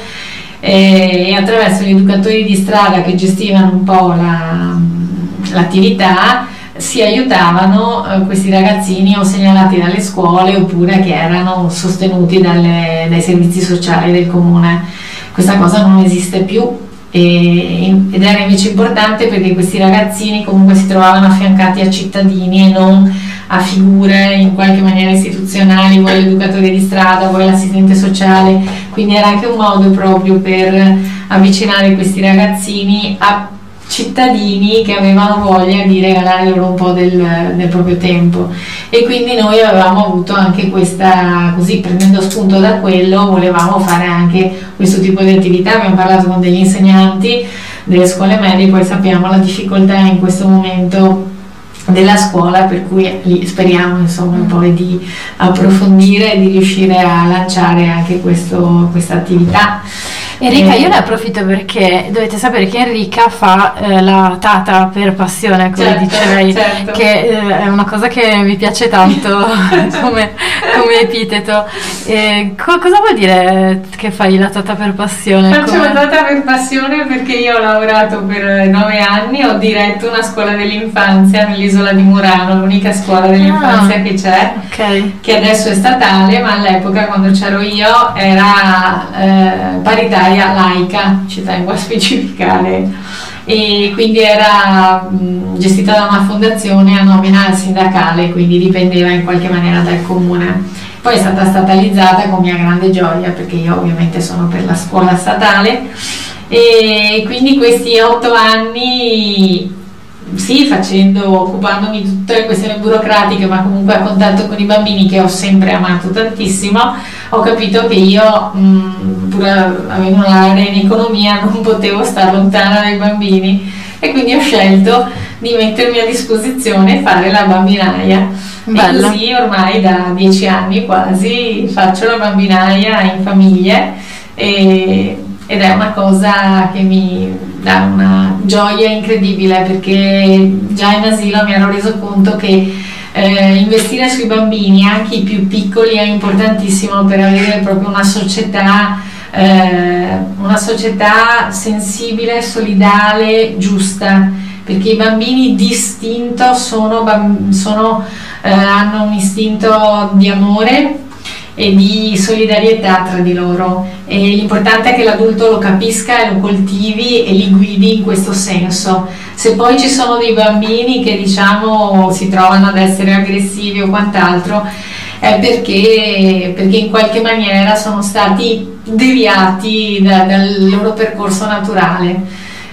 Speaker 3: e attraverso gli educatori di strada che gestivano un po' la, l'attività si aiutavano eh, questi ragazzini o segnalati dalle scuole oppure che erano sostenuti dalle, dai servizi sociali del comune. Questa cosa non esiste più, e, ed era invece importante perché questi ragazzini comunque si trovavano affiancati a cittadini e non a figure in qualche maniera istituzionali, vuoi l'educatore di strada, vuoi l'assistente sociale, quindi era anche un modo proprio per avvicinare questi ragazzini a cittadini che avevano voglia di regalare loro un po' del, del proprio tempo. E quindi noi avevamo avuto anche questa, così prendendo spunto da quello, volevamo fare anche questo tipo di attività. Abbiamo parlato con degli insegnanti delle scuole medie, poi sappiamo la difficoltà in questo momento della scuola, per cui speriamo insomma poi di approfondire e di riuscire a lanciare anche questo, questa attività.
Speaker 2: Enrica, io ne approfitto perché dovete sapere che Enrica fa eh, la tata per passione, come
Speaker 3: certo,
Speaker 2: dice lei,
Speaker 3: certo.
Speaker 2: che eh, è una cosa che mi piace tanto come, come epiteto. E co- cosa vuol dire che fai la tata per passione?
Speaker 3: Faccio
Speaker 2: come...
Speaker 3: la tata per passione perché io ho lavorato per nove anni, ho diretto una scuola dell'infanzia nell'isola di Murano, l'unica scuola dell'infanzia ah, che c'è,
Speaker 2: okay.
Speaker 3: che adesso è statale, ma all'epoca quando c'ero io era eh, paritaria laica, ci tengo a specificare, e quindi era mh, gestita da una fondazione a nomina sindacale, quindi dipendeva in qualche maniera dal comune. Poi è stata statalizzata con mia grande gioia, perché io ovviamente sono per la scuola statale, e quindi questi otto anni sì, facendo, occupandomi di tutte le questioni burocratiche, ma comunque a contatto con i bambini, che ho sempre amato tantissimo, ho capito che io, mh, pur avendo una laurea in economia, non potevo stare lontana dai bambini, e quindi ho scelto di mettermi a disposizione e fare la bambinaia.
Speaker 2: Bella.
Speaker 3: E così ormai da dieci anni quasi faccio la bambinaia in famiglie e, ed è una cosa che mi dà una gioia incredibile, perché già in asilo mi ero reso conto che eh, investire sui bambini, anche i più piccoli, è importantissimo per avere proprio una società eh, una società sensibile, solidale, giusta, perché i bambini d'istinto sono, sono, eh, hanno un istinto di amore e di solidarietà tra di loro, e l'importante è che l'adulto lo capisca e lo coltivi e li guidi in questo senso. Se poi ci sono dei bambini che diciamo si trovano ad essere aggressivi o quant'altro, è perché, perché in qualche maniera sono stati deviati da, dal loro percorso naturale.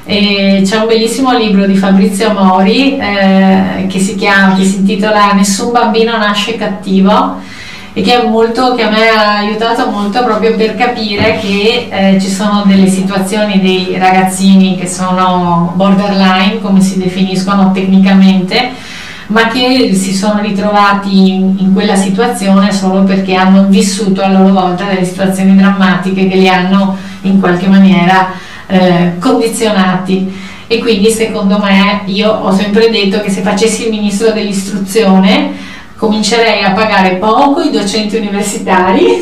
Speaker 3: E c'è un bellissimo libro di Fabrizio Mori eh, che si chiama, che si intitola Nessun bambino nasce cattivo, e che, è molto, che a me ha aiutato molto proprio per capire che eh, ci sono delle situazioni dei ragazzini che sono borderline, come si definiscono tecnicamente, ma che si sono ritrovati in, in quella situazione solo perché hanno vissuto a loro volta delle situazioni drammatiche che li hanno in qualche maniera eh, condizionati. E quindi secondo me, io ho sempre detto che se facessi il ministro dell'istruzione comincerei a pagare poco i docenti universitari,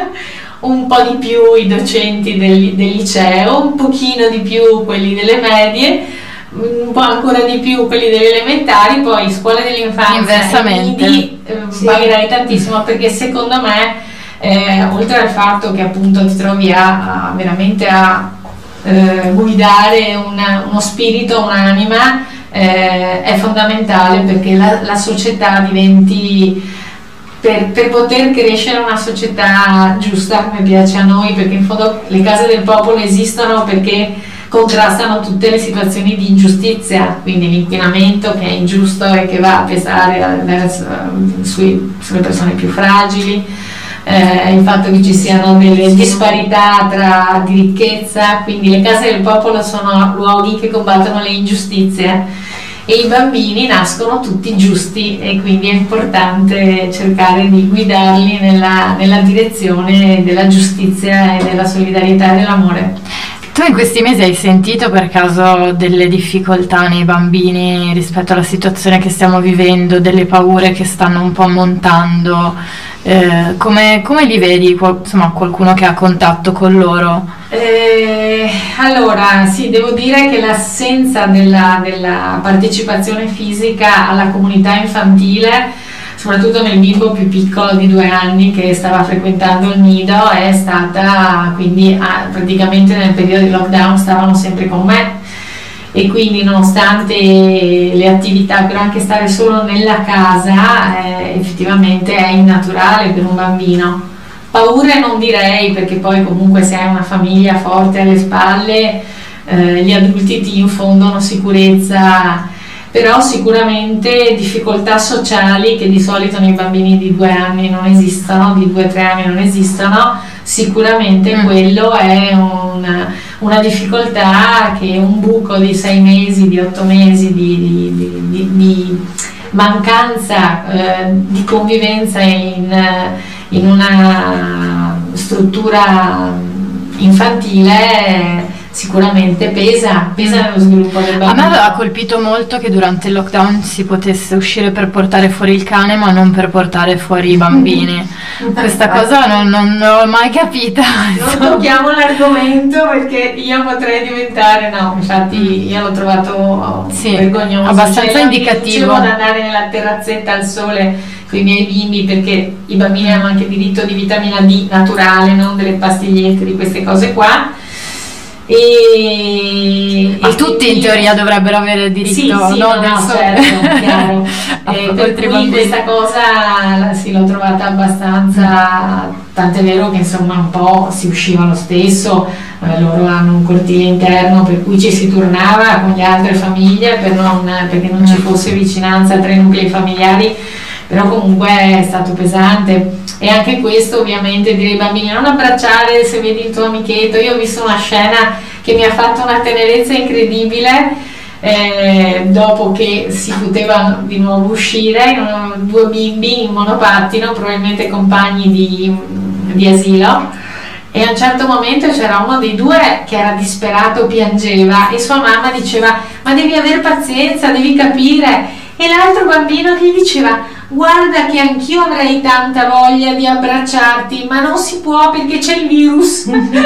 Speaker 3: un po' di più i docenti del, del liceo, un pochino di più quelli delle medie, un po' ancora di più quelli delle elementari, poi scuole dell'infanzia e nidi, eh, sì. Pagherei tantissimo, perché secondo me eh, oltre al fatto che appunto ti trovi a, a veramente a eh, guidare una, uno spirito, un'anima, Eh, è fondamentale perché la, la società diventi, per, per poter crescere una società giusta, come piace a noi, perché in fondo le case del popolo esistono perché contrastano tutte le situazioni di ingiustizia, quindi l'inquinamento che è ingiusto e che va a pesare a, a, sui, sulle persone più fragili, eh, il fatto che ci siano delle disparità tra di ricchezza, quindi le case del popolo sono luoghi che combattono le ingiustizie, e i bambini nascono tutti giusti, e quindi è importante cercare di guidarli nella, nella direzione della giustizia e della solidarietà e dell'amore.
Speaker 2: Tu in questi mesi hai sentito per caso delle difficoltà nei bambini rispetto alla situazione che stiamo vivendo, delle paure che stanno un po' montando? Eh, come, come li vedi, insomma, qualcuno che ha contatto con loro?
Speaker 3: Eh, allora, sì, devo dire che l'assenza della, della partecipazione fisica alla comunità infantile, soprattutto nel bimbo più piccolo di due anni che stava frequentando il nido, è stata, quindi ah, praticamente nel periodo di lockdown stavano sempre con me, e quindi nonostante le attività, però anche stare solo nella casa eh, effettivamente è innaturale per un bambino. Paure non direi, perché poi comunque se hai una famiglia forte alle spalle eh, gli adulti ti infondono sicurezza, però sicuramente difficoltà sociali che di solito nei bambini di due anni non esistono, di due o tre anni non esistono, sicuramente mm. quello è un, una difficoltà, che un buco di sei mesi, di otto mesi di, di, di, di mancanza eh, di convivenza in, in una struttura infantile sicuramente pesa, pesa nello sviluppo del bambino.
Speaker 2: A me aveva colpito molto che durante il lockdown si potesse uscire per portare fuori il cane ma non per portare fuori i bambini. Questa cosa non, non, non l'ho mai capita.
Speaker 3: Non tocchiamo l'argomento, perché io potrei diventare, no, infatti io l'ho trovato
Speaker 2: sì,
Speaker 3: vergognoso,
Speaker 2: abbastanza
Speaker 3: cioè,
Speaker 2: indicativo.
Speaker 3: Ad andare nella terrazzetta al sole con i miei bimbi, perché i bambini hanno anche diritto di vitamina D naturale, non delle pastigliette, di queste cose qua. E,
Speaker 2: ma
Speaker 3: e
Speaker 2: tutti
Speaker 3: quindi,
Speaker 2: in teoria dovrebbero avere diritto,
Speaker 3: sì, sì,
Speaker 2: no,
Speaker 3: no,
Speaker 2: del
Speaker 3: no,
Speaker 2: sole.
Speaker 3: certo, chiaro. eh, per cui questa cosa sì, l'ho trovata abbastanza, tant'è vero che insomma un po' si usciva lo stesso, eh, loro hanno un cortile interno per cui ci si turnava con le altre famiglie per non, perché non ci fosse vicinanza tra i nuclei familiari, però comunque è stato pesante. E anche questo ovviamente dire ai bambini non abbracciare se vedi il tuo amichetto. Io ho visto una scena che mi ha fatto una tenerezza incredibile, eh, dopo che si poteva di nuovo uscire, erano due bimbi in monopattino, probabilmente compagni di, di asilo, e a un certo momento c'era uno dei due che era disperato, piangeva, e sua mamma diceva: ma devi avere pazienza, devi capire, e l'altro bambino gli diceva: guarda che anch'io avrei tanta voglia di abbracciarti, ma non si può perché c'è il virus.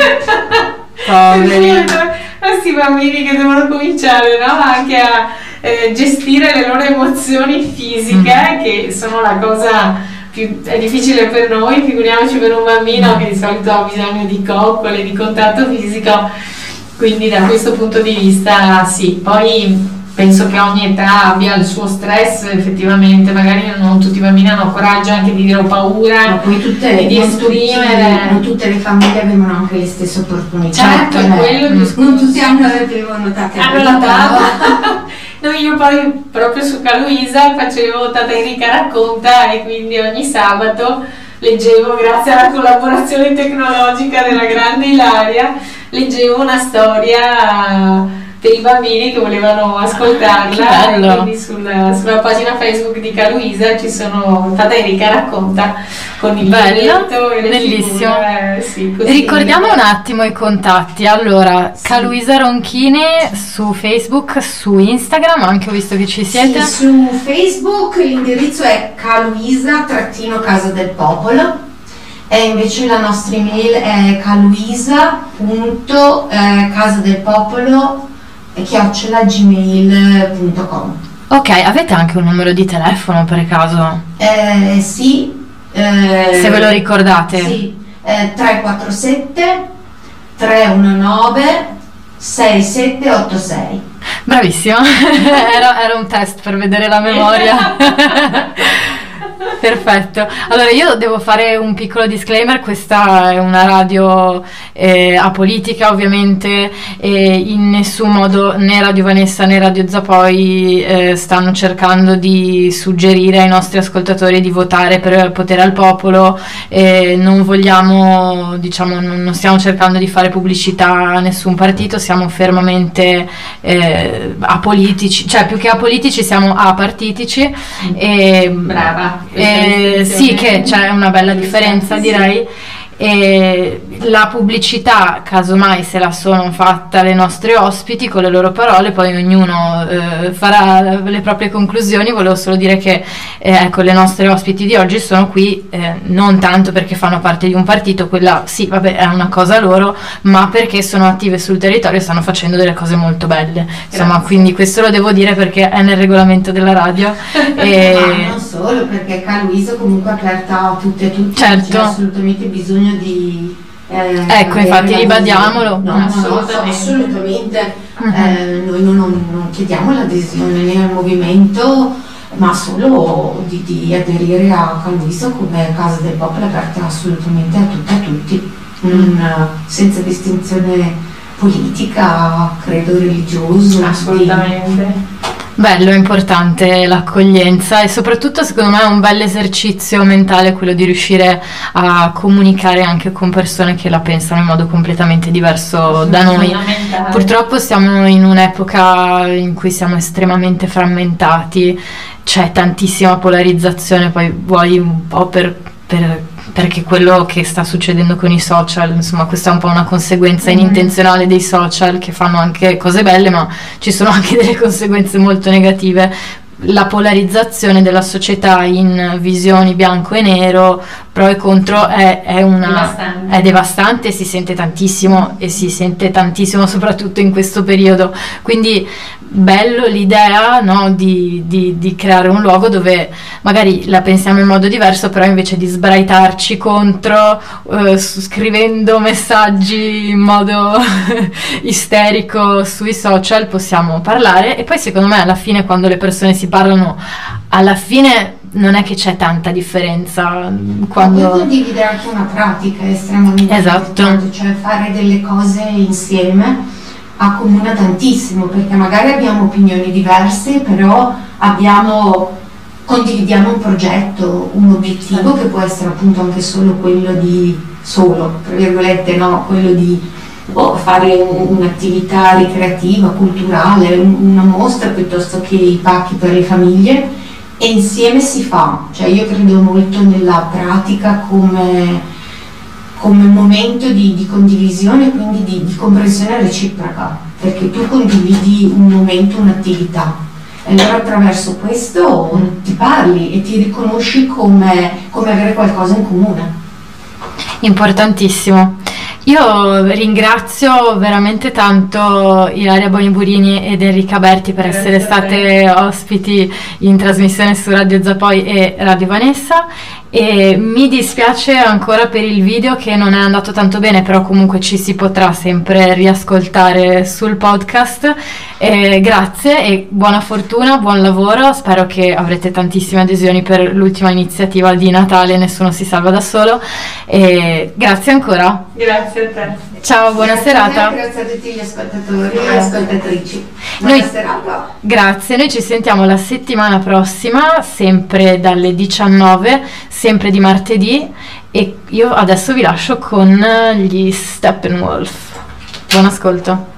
Speaker 2: Poveri.
Speaker 3: Questi bambini che devono cominciare, no? Anche a eh, gestire le loro emozioni fisiche, mm. che sono la cosa più è difficile per noi, figuriamoci per un bambino mm. che di solito ha bisogno di coccole, di contatto fisico. Quindi da questo punto di vista sì. Poi penso che ogni età abbia il suo stress, effettivamente, magari non tutti i bambini hanno coraggio anche di dire ho paura,
Speaker 4: ma poi tutte,
Speaker 3: di
Speaker 4: non
Speaker 3: esprimere.
Speaker 4: Tutti, non tutte le famiglie avevano anche le stesse opportunità.
Speaker 3: Certo, è quello
Speaker 4: mm.
Speaker 3: discorso.
Speaker 4: Non tutti hanno le notate.
Speaker 3: Hanno notato. No, io poi proprio su Caluisa facevo Tata Enrica racconta, e quindi ogni sabato leggevo, grazie alla collaborazione tecnologica della grande Ilaria, leggevo una storia per i bambini che volevano ascoltarla, e quindi sulla, sulla pagina Facebook di Caluisa ci sono Tata Enrica racconta con il
Speaker 2: bello,
Speaker 3: e le
Speaker 2: bellissimo.
Speaker 3: Figure, eh, sì,
Speaker 2: ricordiamo un attimo i contatti. Allora, sì. Caluisa Ronchini su Facebook, su Instagram anche, ho visto che ci siete.
Speaker 4: Sì, su Facebook l'indirizzo è caluisa trattino casa del popolo, e invece la nostra email è caluisa punto casa del popolo chiocciola gmail punto com.
Speaker 2: Ok, avete anche un numero di telefono per caso?
Speaker 4: Eh, sì. Eh,
Speaker 2: Se ve lo ricordate.
Speaker 4: Sì, eh, tre quattro sette tre uno nove sei sette otto sei.
Speaker 2: Bravissimo, era, era un test per vedere la memoria. Perfetto. Allora io devo fare un piccolo disclaimer: questa è una radio eh, apolitica ovviamente, e in nessun modo né Radio Vanessa né Radio Zapoi eh, stanno cercando di suggerire ai nostri ascoltatori di votare per Potere al Popolo, eh, non vogliamo, diciamo, non, non stiamo cercando di fare pubblicità a nessun partito, siamo fermamente eh, apolitici, cioè più che apolitici siamo apartitici. E,
Speaker 3: brava.
Speaker 2: Eh, sì, che c'è una bella differenza, direi. E la pubblicità, casomai, se la sono fatta le nostre ospiti con le loro parole, poi ognuno eh, farà le proprie conclusioni. Volevo solo dire che eh, ecco, le nostre ospiti di oggi sono qui eh, non tanto perché fanno parte di un partito, quella sì, vabbè, è una cosa loro, ma perché sono attive sul territorio e stanno facendo delle cose molto belle. Insomma, grazie. Quindi questo lo devo dire perché è nel regolamento della radio. E
Speaker 4: ma non solo, perché Caluisa comunque è aperta a tutte e tutti,
Speaker 2: certo.
Speaker 4: C'è assolutamente bisogno di eh,
Speaker 2: ecco, infatti ribadiamolo.
Speaker 4: No, no, assolutamente, no, assolutamente. Uh-huh. Eh, noi non, non chiediamo l'adesione né al movimento, ma solo di, di aderire a Caluisa come Casa del Popolo, aperta assolutamente a tutte e a tutti, non, senza distinzione politica, credo religioso.
Speaker 3: Assolutamente.
Speaker 2: Di, bello, è importante l'accoglienza, e soprattutto secondo me è un bel esercizio mentale quello di riuscire a comunicare anche con persone che la pensano in modo completamente diverso da noi. Purtroppo siamo in un'epoca in cui siamo estremamente frammentati, c'è tantissima polarizzazione, poi vuoi un po' per, per perché quello che sta succedendo con i social, insomma, questa è un po' una conseguenza inintenzionale dei social, che fanno anche cose belle, ma ci sono anche delle conseguenze molto negative. La polarizzazione della società in visioni bianco e nero, pro e contro, è, è una devastante. è devastante, si sente tantissimo, e si sente tantissimo soprattutto in questo periodo. Quindi bello l'idea, no, di, di, di creare un luogo dove magari la pensiamo in modo diverso, però invece di sbraitarci contro eh, scrivendo messaggi in modo isterico sui social, possiamo parlare. E poi secondo me alla fine, quando le persone si parlano, alla fine non è che c'è tanta differenza. Quando
Speaker 4: condividere anche una pratica è estremamente
Speaker 2: esatto.
Speaker 4: importante, cioè fare delle cose insieme accomuna tantissimo, perché magari abbiamo opinioni diverse, però abbiamo condividiamo un progetto, un obiettivo che può essere appunto anche solo quello di solo, tra virgolette, no, quello di o fare un- un'attività ricreativa, culturale, un- una mostra piuttosto che i pacchi per le famiglie, e insieme si fa. Cioè io credo molto nella pratica come, come momento di, di condivisione, quindi di, di comprensione reciproca, perché tu condividi un momento, un'attività, e allora attraverso questo ti parli e ti riconosci come, come avere qualcosa in comune.
Speaker 2: Importantissimo. Io ringrazio veramente tanto Ilaria Boniburini ed Enrica Berti per
Speaker 3: Grazie
Speaker 2: essere
Speaker 3: a te.
Speaker 2: state ospiti in trasmissione su Radio Zapoi e Radio Vanessa, e mi dispiace ancora per il video che non è andato tanto bene, però comunque ci si potrà sempre riascoltare sul podcast. Eh, grazie e buona fortuna, buon lavoro, spero che avrete tantissime adesioni per l'ultima iniziativa di Natale Nessuno si salva da solo, e grazie ancora.
Speaker 3: Grazie a te.
Speaker 2: Ciao, buona
Speaker 4: Grazie
Speaker 2: serata.
Speaker 4: a te, grazie a tutti gli ascoltatori e ascoltatrici. Buona
Speaker 2: Noi-
Speaker 4: serata.
Speaker 2: Grazie, noi ci sentiamo la settimana prossima, sempre dalle diciannove, sempre di martedì, e io adesso vi lascio con gli Steppenwolf. Buon ascolto.